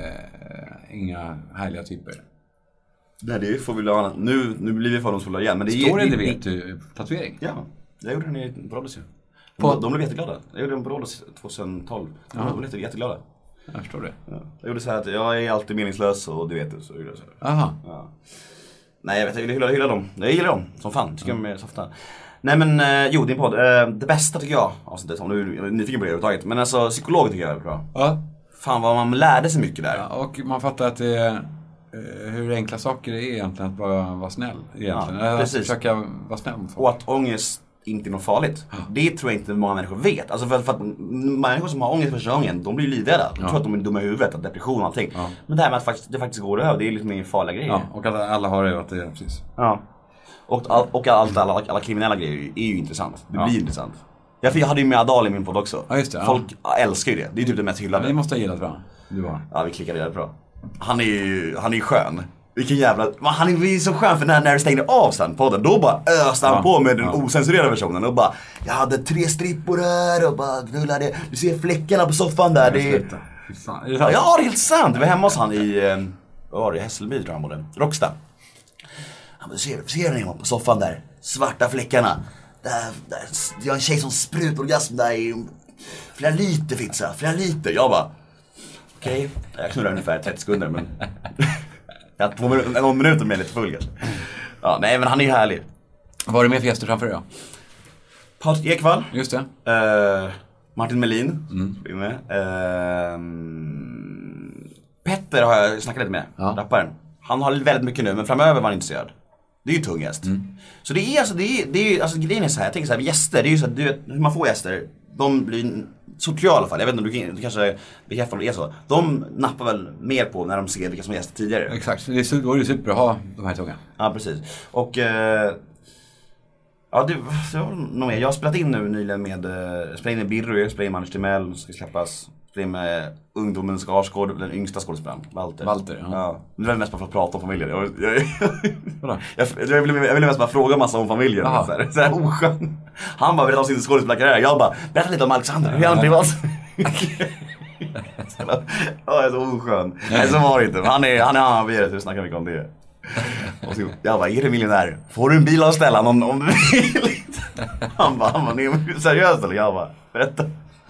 inga härliga typer. Nej, det får vi ha. Nu blir vi fördomsfulla igen. Men det står det vet du, tatuering? Ja, jag gjorde den i Rhodos ju. De blev jätteglada. Jag gjorde den på Rhodos 2012. De blev jätteglada. Jag förstår det. Ja. Jag gjorde så här att jag är alltid meningslös och du vet det. Så gjorde jag så här. Aha. Ja. Nej, jag gillar dem. Jag gillar dem som fan. Tycker de är softa. Nej men, din podd. Det bästa tycker jag, avsnittet, om du är nyfiken på det överhuvudtaget. Men alltså, psykolog tycker jag är bra. Ja. Fan vad man lärde sig mycket där. Ja, och man fattar att det är hur enkla saker det är egentligen att bara vara snäll. Egentligen. Ja, precis. Att försöka vara snäll mot folk. Och att ångest inte är något farligt. Ja. Det tror jag inte många människor vet. Alltså för att människor som har ångest första gången, de blir livrädda. De tror att de är dumma i huvudet, att depression och allting. Ja. Men det här med att det faktiskt går över, det är liksom ingen farliga grejer. Ja, och att alla har det, att det är precis. Ja. Och alla kriminella grejer är ju intressant. Det blir intressant. Jag hade ju med Adal i min podd också. Ja, just det. Folk älskar ju det. Det är typ det mest hyllade. Ja, det måste ha gillat bra. Du har. Ja, vi klickade jävligt bra. Han är ju skön. Vilken jävla... Han är ju så skön för när du stängde av sen podden, då bara öste han på med den osensurerade versionen och bara, jag hade 3 strippor där och bara knullade. Du ser fläckarna på soffan där. Det är... Ja, det är helt sant. Vi var hemma hos han i, vad var det, Hässelby tror jag han bodde. Rocksta. Du ser ni på soffan där, svarta fläckarna. Där, jag har en tjej som sprutar orgasm där i flera liter pizza, flera liter. Jag bara, okej. Jag knurrar ungefär 30 sekunder, men jag har någon minut med lite full kanske. Ja, nej men han är ju härlig. Vad var det mer för gäster framför dig då? Patrik Ekwall. Just det. Martin Melin. Med. Petter har jag snackat lite med, rapparen. Han har väldigt mycket nu, men framöver var han intresserad. Det är ju tung gäst. Så det är alltså grejen är så här, jag tänker så här, gäster, det är ju så att du vet, hur man får gäster, de blir, så tror jag i alla fall, jag vet inte om du kanske bekräftar om det är så. De nappar väl mer på när de ser vilka som är gäster tidigare. Exakt, då är det superbra att ha de här tunga. Ja, precis. Och ja, det var nog mer. Jag har spelat in nu nyligen med spelat in i Birro, jag spelat in med Anders Timell, ska släppas. Det är med ungdomen Skarsgård, den yngsta skådespelaren, Walter. Ja. Det var mest bara för att prata om familjen. Jag ville mest bara fråga massa om familjen. Så här oskön. Han bara berättade om sin skådespelarkarriär. Jag bara, berätta lite om Alexander. Hur är han privat? Jag är så oskön. Nej, så var det inte. Han är annan, så snackar mycket om det. Och så, jag bara, är du miljonär? Får du en bil att ställa om du vill? Han bara, är seriöst eller? Jag bara, berätta.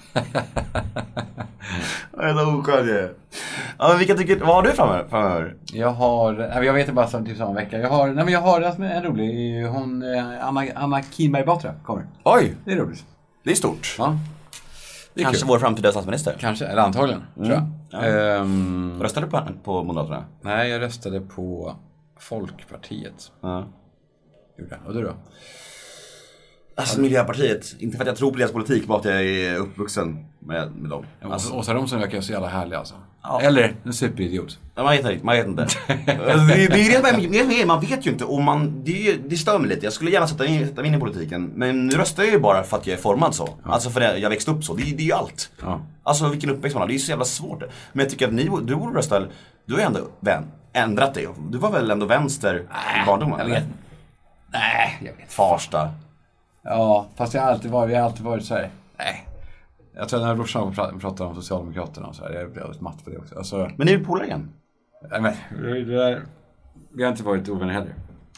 Jag är så oskön. Ja, men vad har du framöver? Jag vet bara typ samma vecka. Jag har en rolig, hon Anna Kinberg Batra kommer. Oj, det är roligt. Det är stort. Ja. Det är kanske kul. Vår framtida statsminister. Kanske, eller antagligen, tror jag. Röstade du på Moderaterna? Nej, jag röstade på Folkpartiet. Ja. Gjorde. Och du då? Alltså Miljöpartiet, inte för att jag tror på deras politik, bara att jag är uppvuxen med dem. Alltså, Åsa Romson verkar så jävla härlig alltså. Ja. Eller en superidiot. Man vet inte. Alltså, det är det man vet ju inte. Och det stör mig lite. Jag skulle gärna sätta mig in i politiken. Men nu röstar jag ju bara för att jag är formad så. Ja. Alltså för att jag växte upp så. Det är ju allt. Ja. Alltså vilken uppväxt man har. Det är ju så jävla svårt. Men jag tycker att du borde rösta. Du har ju ändå ändrat dig. Du var väl ändå vänster i barndomen? Jag vet. Nej, jag vet. Farsta. Ja, fast vi har alltid varit så här. Nej. Jag tror att när brorsan pratar om Socialdemokraterna och så här, jag blir väldigt matt på det också. Alltså, men ni är ju polare igen? Nej, men vi har inte varit ovänner heller.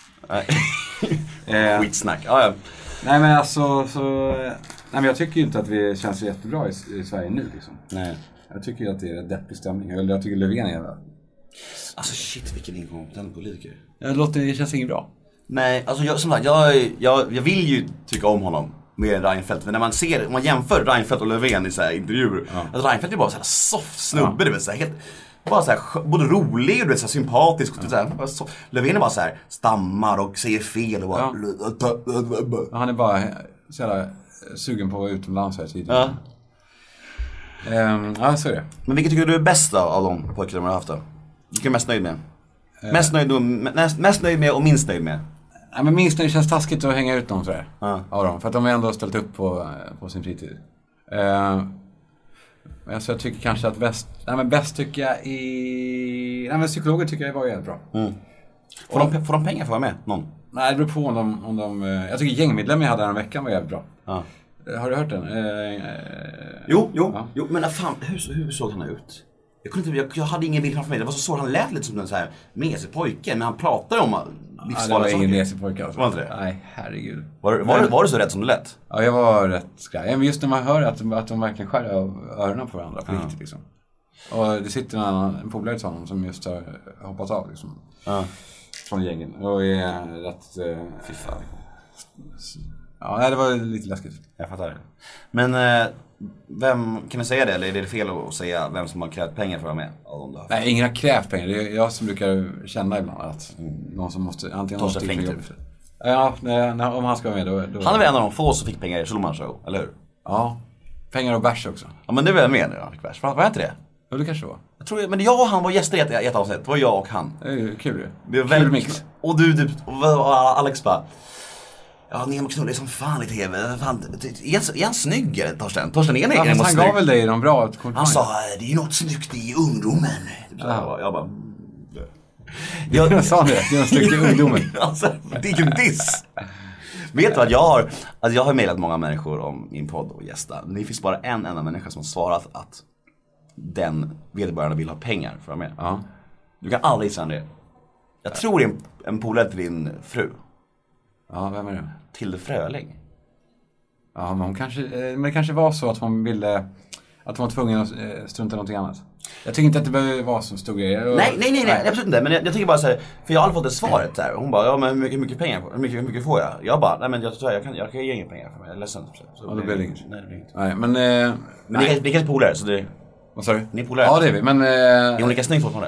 Skitsnack. Ja. Nej, men alltså nej, men jag tycker ju inte att vi känns jättebra i Sverige nu liksom. Nej. Jag tycker ju att det är en deppig stämning. Jag tycker Löfven är alltså shit, vilken inkompetent politiker. Det känns inget bra. Nej, alltså jag vill ju tycka om honom med Reinfeldt. Men när man jämför Reinfeldt och Löfven i så här intervjuer. Ja. Alltså Reinfeldt är bara så här soft snubbe, du vet, så här, helt, bara så här, både rolig och du vet, så här, sympatisk. Ja. Så här, så, Löfven är bara så här stammar och säger fel och bara... Ja. Han är bara så jävla sugen på att vara utomlands här tidigare. Ja. Ja, så är det. Men vilket tycker du är bäst av de pojkar du har haft då? Vilken är mest nöjd med? Mest nöjd med och minst nöjd med? Ja, men minst nöjd känns taskigt att hänga ut dem sådär. Av dem. För att de har ändå ställt upp på sin fritid. Så jag tycker kanske att bäst tycker jag men psykologer tycker jag var jävligt bra. Får de pengar för att vara med? Någon? Nej, det beror på om de jag tycker gängmedlemmar jag hade den veckan var jävligt bra. Har du hört den? Jo, men fan, hur såg han ut? Jag hade ingen bild framför mig. Det var så han lät lite som en så här mesig pojke, men han pratade om livsfarliga saker. Det var ingen mesig pojke alltså. Var inte det? Nej, herregud. Var du så rädd som du lät? Ja, jag var rätt skraj. Men just när man hör att de verkligen skär av öronen på varandra på riktigt liksom. Och det sitter en polare till honom som just har hoppat av liksom. Från gängen. Och är rätt... Fy fan. Ja, det var lite läskigt. Jag fattar det. Men vem, kan du säga det? Eller är det fel att säga vem som har krävt pengar för att vara med? Nej, ingen har krävt pengar. Det är jag som brukar känna ibland att någon som måste... Antingen måste jobb. Ja, om han ska vara med då... Han är väl en av de få som fick pengar i Schulman Show, eller hur? Ja, pengar och bärs också. Ja, men det var jag med nu, han fick bärs. Var inte det? Ja, det kanske var. Jag tror, men jag och han var gäster i ett avsnitt. Det var jag och han. Det är kul. Det var väldigt mix. Och du och Alex bara... Ja, Nemo knullar som fan i tv. Fan, är han snygg, Torsten? Torsten är han gav väl dig de bra. Han sa, det är ju något snyggt i ungdomen. Jag bara... Jag sa det är något snyggt i ungdomen. Alltså, det är ju en diss. Vet du att jag har mejlat många människor om min podd och gästa. Det finns bara en enda människa som har svarat att den vederbörande vill ha pengar för att vara med. Ja. Du kan aldrig säga det. Jag tror det är en polare till din fru. Ja, vem är det? Tilde Fröling. Ja, men det kanske var så att hon ville... Att hon var tvungen att strunta i någonting annat. Jag tycker inte att det behöver vara så stor grej. Nej, absolut inte. Men jag tycker bara så här, för jag har aldrig fått ett svaret där. Hon bara, ja men hur mycket pengar, hur mycket får jag? Jag bara, nej men jag kan ge inga pengar för mig. Jag är ledsen. Så det blir inget. Nej, det blir inget. Nej, men... Men det är kanske polare, så det... Vad sa du? Ni är polare. Ja, det är vi, men... Är hon lika snygg fortfarande?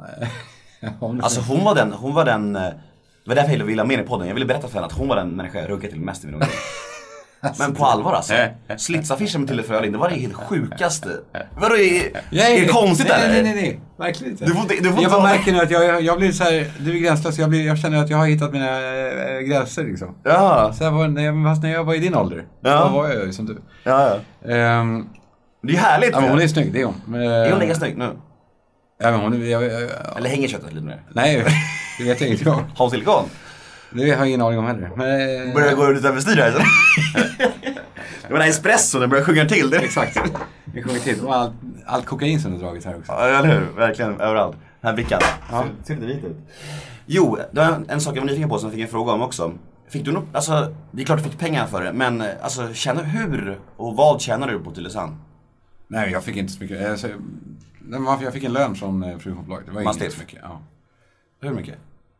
Alltså hon var den... Det var därför jag ville ha med i podden. Jag ville berätta för henne att hon var den människa jag ruggade till mest i min ungdom. Men på allvar alltså. Slitsaffischen med Tilde Fröling, det var det helt sjukaste. Vadå, är det konstigt eller? Nej. Verkligen inte. Du får jag bara märker nu att jag blir så här, du är gränslös. Jag känner att jag har hittat mina gränser liksom. Ja. Så när jag var i din ålder. Ja. Då var jag ju som du. Ja. Det är härligt. Ja, men hon är snygg, det är hon. Är hon lika snygg nu? Ja, men hon eller hänger köttet lite mer? Nej, det vet jag inte om. Har hon silikon? Det har jag ingen aning om heller. Men... Börjar gå ut över styr här. Det var den espresso, den börjar sjunga till. Det. Exakt. Det sjunger till. Och allt kokain som du dragit här också. Ja, eller hur? Verkligen, överallt. Den här brickan. Ja. Ser lite vit ut. Jo, det var en sak jag var nyfiken på som jag fick en fråga om också. Fick du något, alltså, det är klart du fick pengar för det, men alltså, hur och vad tjänar du på Tylösand? Nej, jag fick inte så mycket. Jag fick en lön från Frufondbolaget. Det var inte så mycket. Ja. Hur mycket?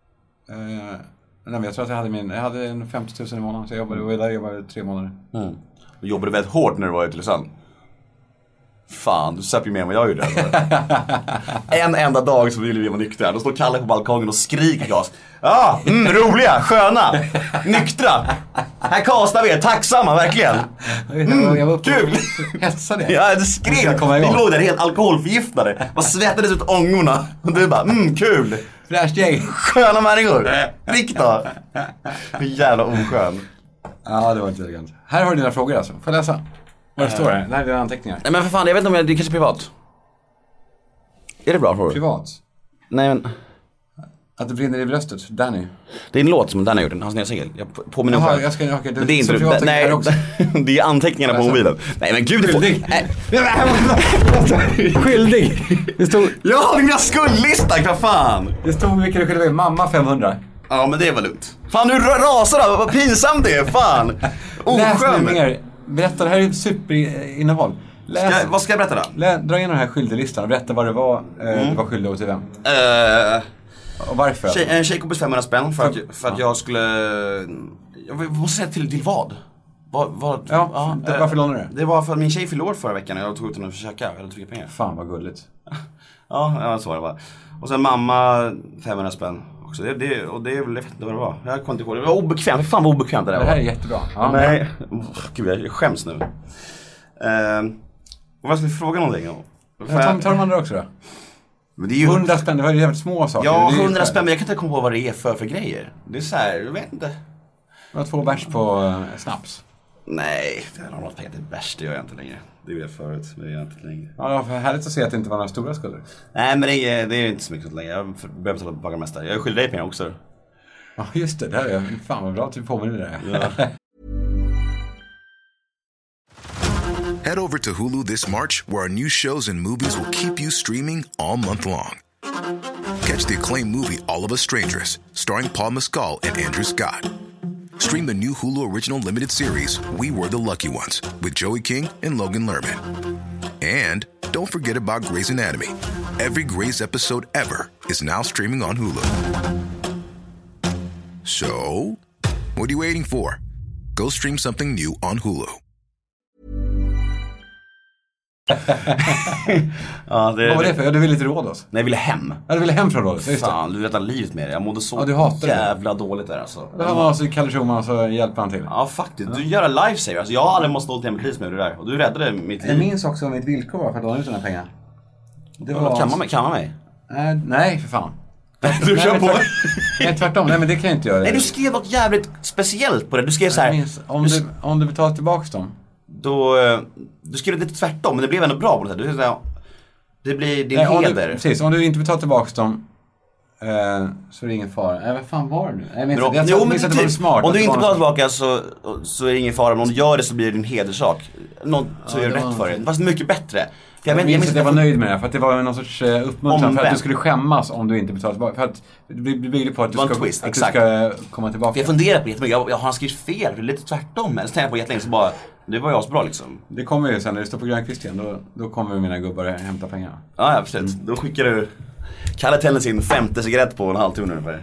Nej, men jag tror att jag hade en 50 000 i månaden, så jag jobbade 3 månader. Du jobbade väldigt hårt när du var i Tylösand? Fan, du söp ju mer än vad jag gjorde. Alltså. En enda dag så ville vi vara nyktra. Då står Kalle på balkongen och skriker till oss. Ja, roliga, sköna, nyktra. Här kastar vi, tacksamma, verkligen. Jag var uppe kul. Hetsade. Ja, det skrek. Vi låg där helt alkoholförgiftade. Man svettades ut ångorna. Och du bara, kul. Fräscht gäng. Sköna människor. Riktigt då. Jävla oskön. Ja, det var inte elegant. Här har du dina frågor alltså. Får jag läsa? Vad det står här? Det här är dina anteckningar. Nej men för fan, jag vet inte om det är kanske privat. Är det bra frågor? Privat? Nej men... Att det brinner i bröstet, Danny. Det är en låt som Danny har gjort, hans nya singel. Jag påminner om jag ska... Okay, men det är inte det. Nej, det är anteckningarna på mobilen. Nej men gud, skyldig. Skyldig. Det stod... Jag har mina skuldlista, vad fan. Det stod mycket du kunde väl. Mamma 500. Ja men det var lugnt. Fan nu rasar då, vad pinsamt det är, fan. Läs mer. Berätta, det här är ett superinnehåll. Vad ska jag berätta då? Dra in den här skyldelistan och berätta vad det var du var skyldig till vem. Och varför? En tjejkompis 500 spänn för att jag skulle... Jag måste säga till vad? Varför lånade du det? Det var för att min tjej fyllde år förra veckan och jag tog ut henne och försöka. Jag tog pengar. Fan vad gulligt. Ja, så var det bara. Och sen mamma 500 spänn också. Och det är väl, jag vet inte vad det var. Jag kom inte ihåg. Det var obekvämt. Fan vad obekvämt det där var. Det här är jättebra. Ja. Nej, gud jag skäms nu. Vad ska vi fråga någonting om? Tar de andra också då? Men det är ju 100 spänn, det var ju jävligt små saker. Ja, 100 spänn, men jag kan inte komma på vad det är för grejer. Det är så här, jag vet inte. Det var 2 bärs på snaps. Nej, jag har något pengar till bärs, det gör jag inte längre. Det gjorde jag förut, men det gör jag inte längre. Ja, det var härligt att se att det inte var några stora skulder. Nej, men det är inte så mycket längre. Jag börjar betala bagarmästare. Jag är skyldig dig pengar också. Ja, just det. Det här är fan vad bra att du påminner det. Ja. Head over to Hulu this March, where our new shows and movies will keep you streaming all month long. Catch the acclaimed movie All of Us Strangers, starring Paul Mescal and Andrew Scott. Stream the new Hulu original limited series We Were the Lucky Ones with Joey King and Logan Lerman. And don't forget about Grey's Anatomy. Every Grey's episode ever is now streaming on Hulu. So, what are you waiting for? Go stream something new on Hulu. Ja, vad var det för? Du ville inte råd oss? Nej, jag ville hem. Ja, du ville hem från rådet. Fan, du vet att livet med det. Jag mådde så jävla dåligt där alltså. Det var alltså Kalle Schumann så hjälper han till. Ja, faktiskt. Du gör en lifesaver. Alltså, jag har aldrig måste hålla till mitt liv med det där. Och du räddade mitt liv. Jag minns också mitt villkor var för att låna ut sådana pengar. Det var kan man mig? Nej, för fan. Du kör på. Nej, tvärtom. Nej, men det kan jag inte göra. Nej, du skrev något jävligt speciellt på det. Du skrev så här. Om du betalar tillbaka dem. Du skrev lite tvärtom, men det blev ändå bra på det sättet. Du säger det blir din heder. Precis, om du inte betalar tillbaka dem så är det ingen fara. Nej, vad fan var det nu? Jag minns att det var smart. Om du inte betalar tillbaka så är det ingen fara. Men om du gör det så blir det din hederssak. Så är det rätt för dig. Fast mycket bättre. För jag minns att jag var nöjd med det. För att det var någon sorts uppmuntran. För att du skulle skämmas om du inte betalar tillbaka. För att det byggde på att du ska komma tillbaka. För jag funderar på jättemycket. Jag har skrivit fel. Det är lite tvärtom. Men så tänkte jag på jättelänge så bara... Det var ju asbra liksom. Det kommer ju sen när det står på Grönkvist igen. Då kommer mina gubbar hämta pengar. Ja, precis. Då skickar du... Kalle tänder sin 5:e cigarett på en halvtimme ungefär.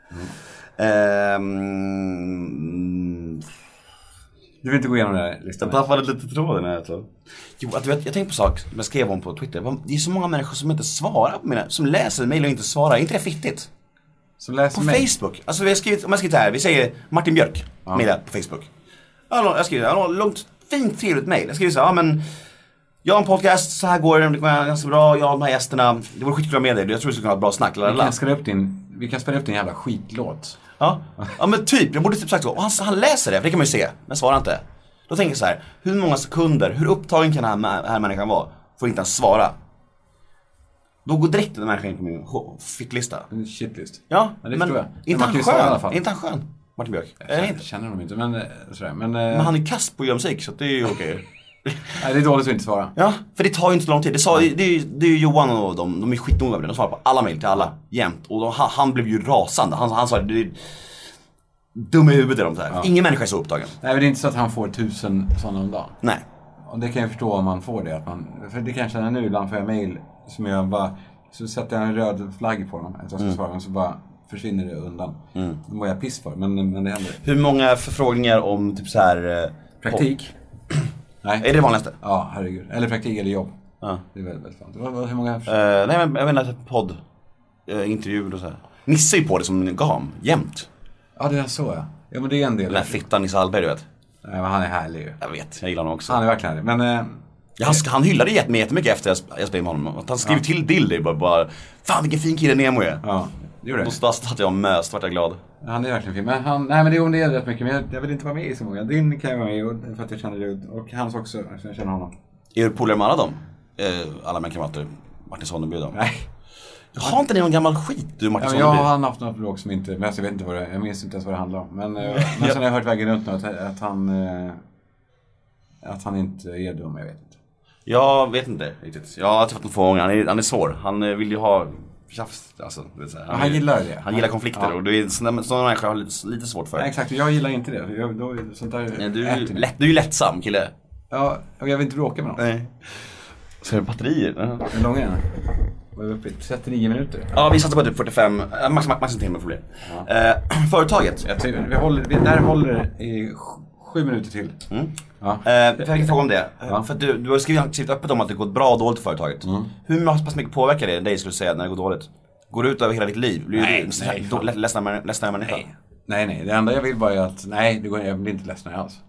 Du vill inte gå igenom den här listan? Jag tappade lite tråden här. Jo, att jag tänkte på sak som jag skrev om på Twitter. Det är så många människor som inte svarar på mina... Som läser mejl och inte svarar. Är inte det fittigt? Som läser på mail? Facebook. Alltså vi har skrivit, om jag skrivit här. Vi säger Martin Björk. Mejla på Facebook. Jag skriver långt, fint, trevligt mejl. Jag skriver så här, men... Jag har en podcast, så här går det ganska bra. Jag har de här gästerna. Det vore skitkul med dig. Jag tror vi ska kunna ha ett bra snack. Vi kan spela upp din jävla skitlåt. Ja, men typ. Jag borde typ sagt så. Och han läser det, för det kan man ju se. Men svarar inte. Då tänker jag så här. Hur många sekunder, hur upptagen kan den här människan vara? Får inte ens svara. Då går direkt den människan in på min fittlista. En shitlist. Ja, men det förstår jag. Inte han skön. Inte han skön, Martin Björk. Jag känner honom inte, men sådär. Men han är kast på att göra musik, så det är ju okej. Nej, det är dåligt att inte svara. Ja, för det tar ju inte så lång tid. Det är ju Johan och de är skitnoga med det. De svarar på alla mejl till alla, jämt. Och han blev ju rasande. Han sa det är dum i huvudet de här. Ja. Ingen människa är så upptagen. Nej, men det är inte så att han får 1000 sådana om dagen. Nej. Och det kan jag förstå om man får det. För det kan jag känna nu, ibland får jag mejl som jag bara... Så sätter jag en röd flagg på dem. Att jag ska svara, och så bara försvinner det undan. Då mår jag piss för, men det händer. Hur många förfrågningar om typ så här... Praktik? Nej. Är det vanligaste? Ja, herregud. Eller praktik eller jobb. Ja. Det är väldigt, väldigt fint. Hur många? Nej men jag menar podd, intervjuer och så här. Nisse är på det som gam, jämt. Ja, det är så ja. Men det är en del. Den här fittan Nisse Hallberg, du vet. Nej, men han är härlig ju. Jag vet, jag gillar honom också. Han är verkligen härlig. Men... Han hyllade jättemycket efter jag spelade med honom. Att han skrev till Dildy bara fan vilken fin kille Nemo är. Ja, det gjorde det. Då satt jag och möst, vart jag glad. Han är verkligen fin. Men nej men det är rätt mycket. Men jag vill inte vara med i så många. Din kan jag vara med i för att jag känner det. Och hans också, så jag känner honom. Är du polare med alla dem? Alla mina kamrater? Martin Sonneby då? Nej. Har inte ni någon gammal skit du Martin Sonneby? Jag har haft något bråk som inte, men jag vet inte vad det är. Jag minns inte ens vad det handlar om. Men sen har jag hört vägen runt nu att han inte är dum, jag vet inte. Jag vet inte riktigt. Jag har träffat honom få gånger. Han är svår. Han vill ju ha tjafs, alltså, han gillar det. Han gillar konflikter och det är sådana människor har lite svårt för. Ja, exakt, jag gillar inte det. Sånt där Du är ju lättsam kille. Ja, och jag vill inte bråka med någon. Nej. Så är det batterier. Hur lång är den? Var vi uppe i 39 minuter? Ja, vi satte på typ 45, max en timme får bli. Företaget. Jag tror, där håller i 7 minuter till. Ja. Jag fick fråga om det. För att du har skrivit öppet om att det går bra och dåligt i företaget. Hur pass mycket påverkar det dig, skulle du säga, när det går dåligt? Går det ut över hela ditt liv? Blir du ledsnare människa? Nej. Det enda jag vill bara är att jag blir inte ledsnare alls.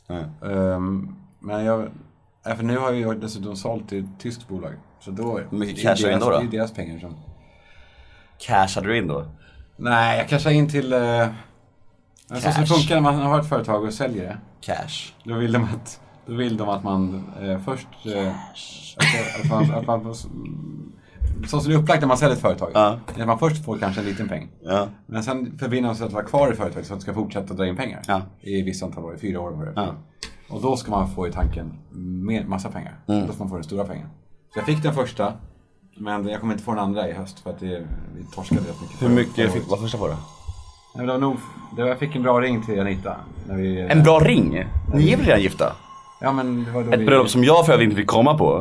Men för nu har jag dessutom sålt till ett tyskt bolag. Så då hur mycket cashar du in då? Det är deras pengar som... Cashade du in då? Nej, jag cashar in till... Så funkar när man har ett företag och säljer det. Cash. Då vill de att man först... att man så som det är upplagt när man säljer ett företag. Att man först får kanske en liten peng. Men sen förbinder man sig att vara kvar i företaget så att man ska fortsätta dra in pengar. I vissa antal år, i 4 år. Och då ska man få i tanken massa pengar. Då ska man få den stora pengen. Så jag fick den första, men jag kommer inte få den andra i höst för att vi torskade rätt mycket. Hur mycket var första för det? Jag fick en bra ring till Anita. En bra ring? Ni är väl redan gifta? Ja, men det var då ett bröllop som jag för övrigt inte fick komma på.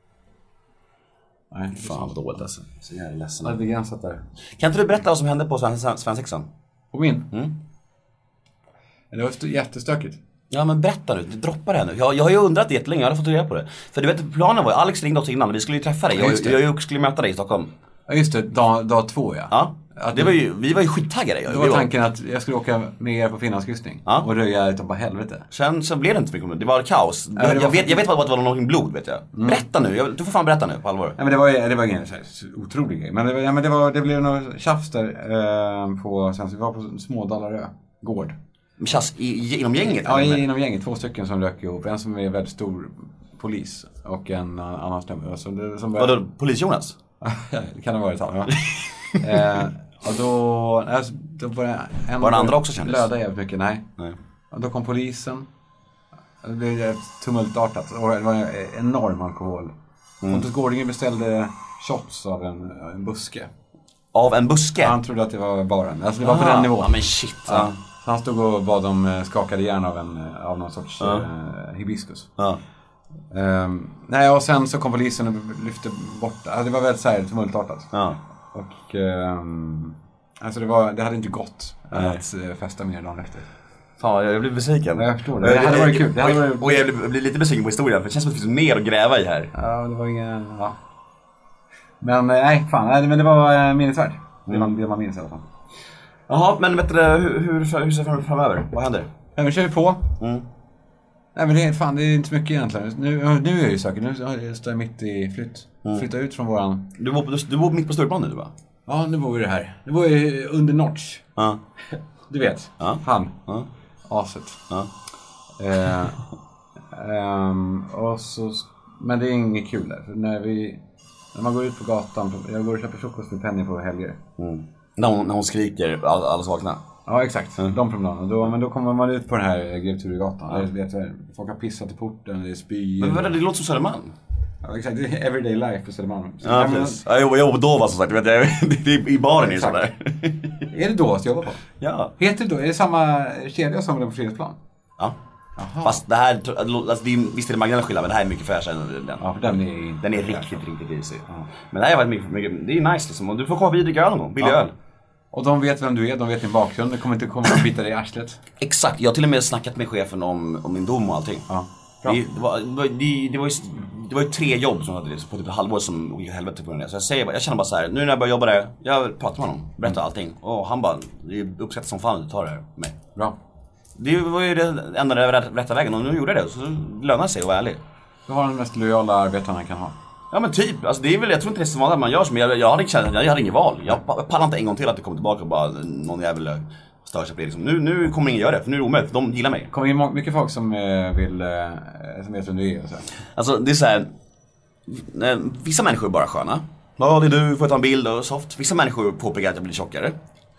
Nej. Fan vad dåligt alltså. Så jävla ledsen. Det är begränsat där. Kan inte du berätta vad som hände på svensexan? På min? Det var jättestökigt. Ja men berätta nu, droppa det här nu. Jag har ju undrat det jättelänge, jag har fått reda på det. För du vet, planen var ju, Alex ringde också innan, vi skulle ju träffa dig. Jag skulle möta dig i Stockholm. Ja just det, dag 2 ja. Vi var ju skittaggade. Då var tanken att jag skulle åka med er på finlandskryssning och röja utan på helvete. Sen blev det inte mycket om det var kaos. Jag vet att det var någonting blod, vet jag. Berätta nu, du får fan berätta nu på allvar. Ja men det var ingen otrolig grej. Men det blev något tjafs där vi var på Smådalarö gård. Tjafs inom gänget? Ja, inom gänget. 2 stycken som rök ihop. En som är väldigt stor polis och en annan snubbe. Vadå, polis Jonas? Det kan det vara ett tag, ja. Och då började en... Var den andra också kändis? Blöda jävligt mycket, nej. Och då kom polisen. Det blev tumultartat. Och det var en enorm alkohol. Pontus Gårdingen beställde shots av en buske. Av en buske? Han trodde att det var baren. Alltså det var på den nivån. Ja men shit. Så han stod och bad dem skakade hjärna av någon sorts hibiskus. Nej, och sen så kom polisen och lyfte bort. Alltså det var väldigt så här tumultartat. Och alltså det hade inte gått att festa mer dagen efter. Fan, jag blir besviken. Jag förstår det. Det hade varit kul. Och jag blir lite besviken på historien, för det känns som att det finns mer att gräva i här. Ja, det var ingen... Ja. Men nej, fan. Men det var minnesvärt. Det man minns i alla fall. Jaha, men vet du, hur ser det framöver? Vad händer? Ja, nu kör vi på. Nej, men det är inte så mycket egentligen. Nu är jag ju säker. Nu står jag mitt i flytta ut från våran... Du bor mitt på Stureplan nu, va? Ja, nu bor vi det här. Nu bor vi under Notch. Du vet. Han. Aset. Och så... Men det är inget kul där. För när man går ut på gatan... Jag går och köper frukost med Penny på helger. När hon skriker, alla vaknar. Ja, exakt. De promenaderna. Men då kommer man ut på den här Grev Turegatan. Folk har pissat i porten, det är spy. Men det låter som Södermalm. Ja, exakt. Det är everyday life på Södermalm. Ja, precis. Jag jobbar på Dova som sagt. Det är i baren är det sådär. Är det Dova att jobba på? Ja. Heter det då? Är det samma kedja som den på Fridhemsplan? Ja. Aha. Fast det här, alltså visst är det marginell skillnad, men det här är mycket fräschare än den. Ja, för den är riktigt risig. Men det här har varit mycket, det är nice liksom. Och du får komma vid och dricka öl någon gång, billig öl. Och de vet vem du är, de vet din bakgrund. Det kommer inte komma att bita dig i arslet. Exakt, jag har till och med snackat med chefen om min dom och allting. Ja. det var ju 3 jobb som hade på typ ett halvår som gick helvete på det. Så jag känner bara så här, nu när jag börjar jobba där, jag pratar med honom, berättar allting. Och han bara, det är uppskattat som fan att du tar det här med mig. Bra. Det var ju det enda rätta vägen, och nu gjorde jag det, så lönar sig att vara ärlig. Du har den mest lojala arbetaren han kan ha. Ja men typ, alltså det är väl, jag tror inte det är så vanligt att man gör så, men jag hade ingen val. Jag pallar inte en gång till att det kommer tillbaka och bara någon jävel stör sig på det liksom. Nu kommer ingen göra det, för nu är det omöjligt, de gillar mig. Kommer in mycket folk som vill, som vet vem du är och så. Alltså det är så här, vissa människor är bara sköna. Ja, det är du, får ta en bild och soft. Vissa människor påpekar att jag blir tjockare.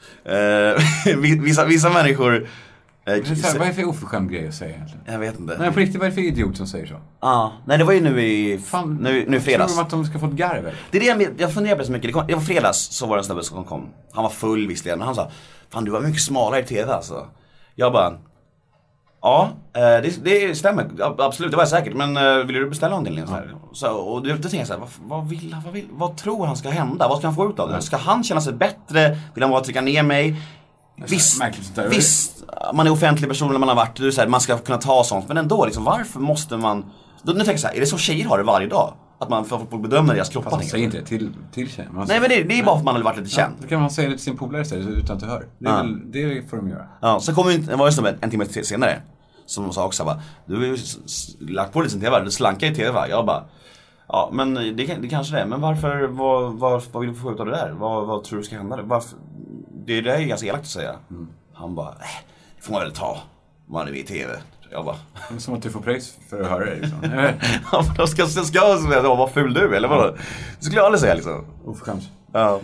Vissa människor... Vad är det för oförskämd grej att säga egentligen? Jag vet inte. Nej, på riktigt, vad är det för idiot som säger så? Nej, det var ju nu i fredags. Tror du att de ska få ett garv? Det är det jag funderar på så mycket. Det var fredags, så var det en snubbe som kom. Han var full visserligen, men han sa, fan du var mycket smalare i tv alltså. Jag bara, ja, det stämmer, absolut, det var jag säkert. Men vill du beställa någonting? Så, och då tänkte jag så här, vad tror han ska hända? Vad ska han få ut av det? Ska han känna sig bättre? Vill han bara trycka ner mig? Visst, man är offentlig person när man har varit, du säger man ska kunna ta sånt, men ändå liksom, varför måste man nu tänker jag så här, är det så tjejer har det varje dag? Att man får bedöma deras kroppar? Man säger inte det till tjejer. Nej, men det är bara för att man har varit lite känd. Då kan man säga det till sin polare istället utan att du hör. Det får de göra. Ja, så var det som en timme senare som sa också bara, du har ju lagt på lite sin tv, du slankar i tv. Jag bara, ja men det kanske det är, men varför, vad vill du få ut av det där? Vad tror du ska hända? Varför? Det är ju ganska elakt att säga. Han bara, det får man väl ta. Man är vid i tv. Jag bara, det är som att du får pröjs för att höra det liksom. Ja, men ska jag säga, vad ful du eller vadå? Det skulle jag aldrig säga liksom. Oförskämt. Ja.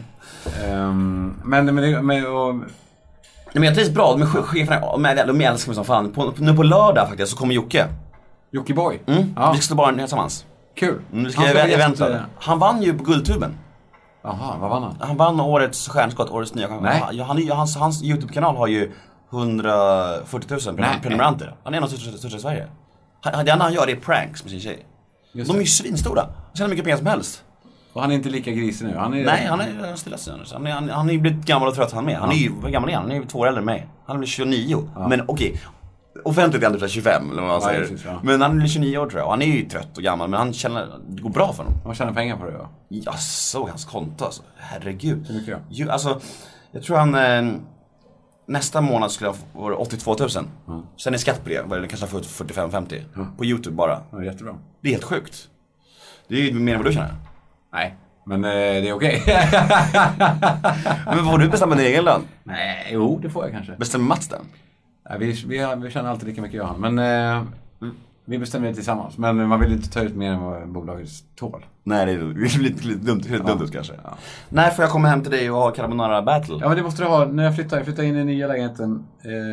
Men jag trivs bra med cheferna, de älskar mig som fan. Nu på lördag faktiskt så kommer Jocke. Jocke Boy? Ja. Vi ska bara tillsammans. Kul. Nu ska jag eventa. Han vann ju på Guldtuben. Jaha, vad vann han? Han vann årets stjärnskott, årets nya. Hans YouTube-kanal har ju 140 000 prenumeranter. Han är en av de största i Sverige. Det enda han gör är pranks med sin tjej. De är ju svinstora. Han tjänar mycket pengar som helst. Och han är inte lika grisig nu? Nej, han är stilla. Han är ju blivit gammal och trött han med. Han är ju, vad gammal är han? Han är ju 2 år äldre än mig. Han blir 29. Ja. Men okej, offentligt är han typ 25 eller vad man säger. Precis, ja. Men han blir 29 år tror jag. Och han är ju trött och gammal, men han känner, det går bra för honom. Han tjänar pengar på det då? Jag såg hans konto alltså. Herregud. Hur mycket då? Alltså, jag tror han... nästa månad skulle jag få 82 000. Sen är skatt på det. Var det kanske får 45-50. På YouTube bara. Ja, jättebra. Det är helt sjukt. Det är ju mer än vad du känner. Nej, men det är okej. Men får du bestämma din egen lön? Nej, jo, det får jag kanske. Bestämmer Mats den? Nej, vi känner alltid lika mycket jag har. Men vi bestämmer det tillsammans. Men man vill inte ta ut mer än vad bolaget tål. Nej, det är lite dumt kanske. Ja. När får jag komma hem till dig och ha carbonara battle? Ja, men det måste du ha. När jag flyttar in i den nya lägenheten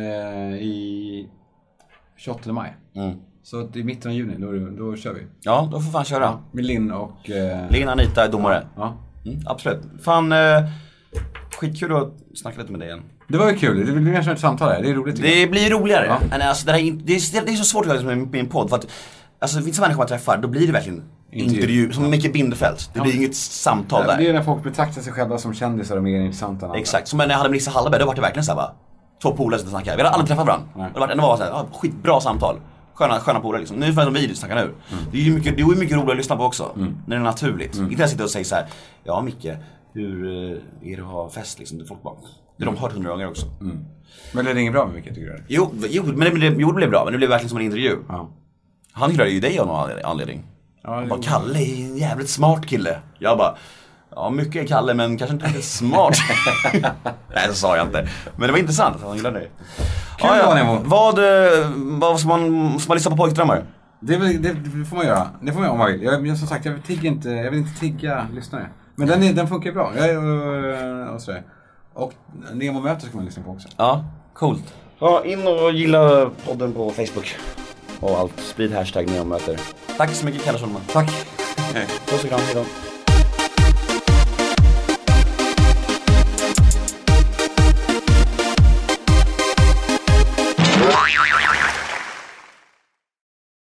i 28 maj. Så i mitten av juni, då kör vi. Ja, då får fan köra. Ja, med Linn och... Linn, Anita är domare. Ja. Absolut. Fan, skitkul att snacka lite med dig igen. Det var ju kul, det blir mer som ett samtal här. Det är roligt. Det blir roligare. Ja. Alltså, det är så svårt att göra med min podd. För att, alltså, vissa människor man träffar, då blir det verkligen intervju. Som Micke Bindefeld. Det blir inget samtal där. Det är när folk betraktar sig själva som kändisar och mer intressanta än andra. Exakt, som när jag hade med Lisa Hallberg, då var det verkligen så här, 2 polare som snackade. Vi hade aldrig träffat varandra. Det var så här, skitbra samtal. Sköna polare liksom. Nu för de snackar nu. Det är ju mycket roligt att lyssna på också. När det är naturligt. Inte jag sitter och säger så här, ja Micke, hur är det att ha fest liksom till folk bara. Det har de hört 100 gånger också. Men det är inget bra med Micke, tycker du? Jo, det blev bra, men det blev verkligen som en intervju. Ja. Han hyllade ju dig av någon anledning. Ja, Kalle är en jävligt smart kille. Jag bara, ja mycket är Kalle men kanske inte riktigt smart. Nej, så sa jag inte. Men det var intressant att han gillade dig. Vad ska man lyssna på pojkdrömmar? Det får man göra. Det får man göra om man vill. Som sagt, jag vill inte tigga lyssnare. Men den funkar bra. Och sådär. Och Nemo-möter ska man lyssna på också. Ja, coolt. Ja, in och gilla podden på Facebook. Och allt. Sprid hashtag Nemo-möter. Tack så mycket, Kalle Schulman. Tack. Puss och kram, hejdå.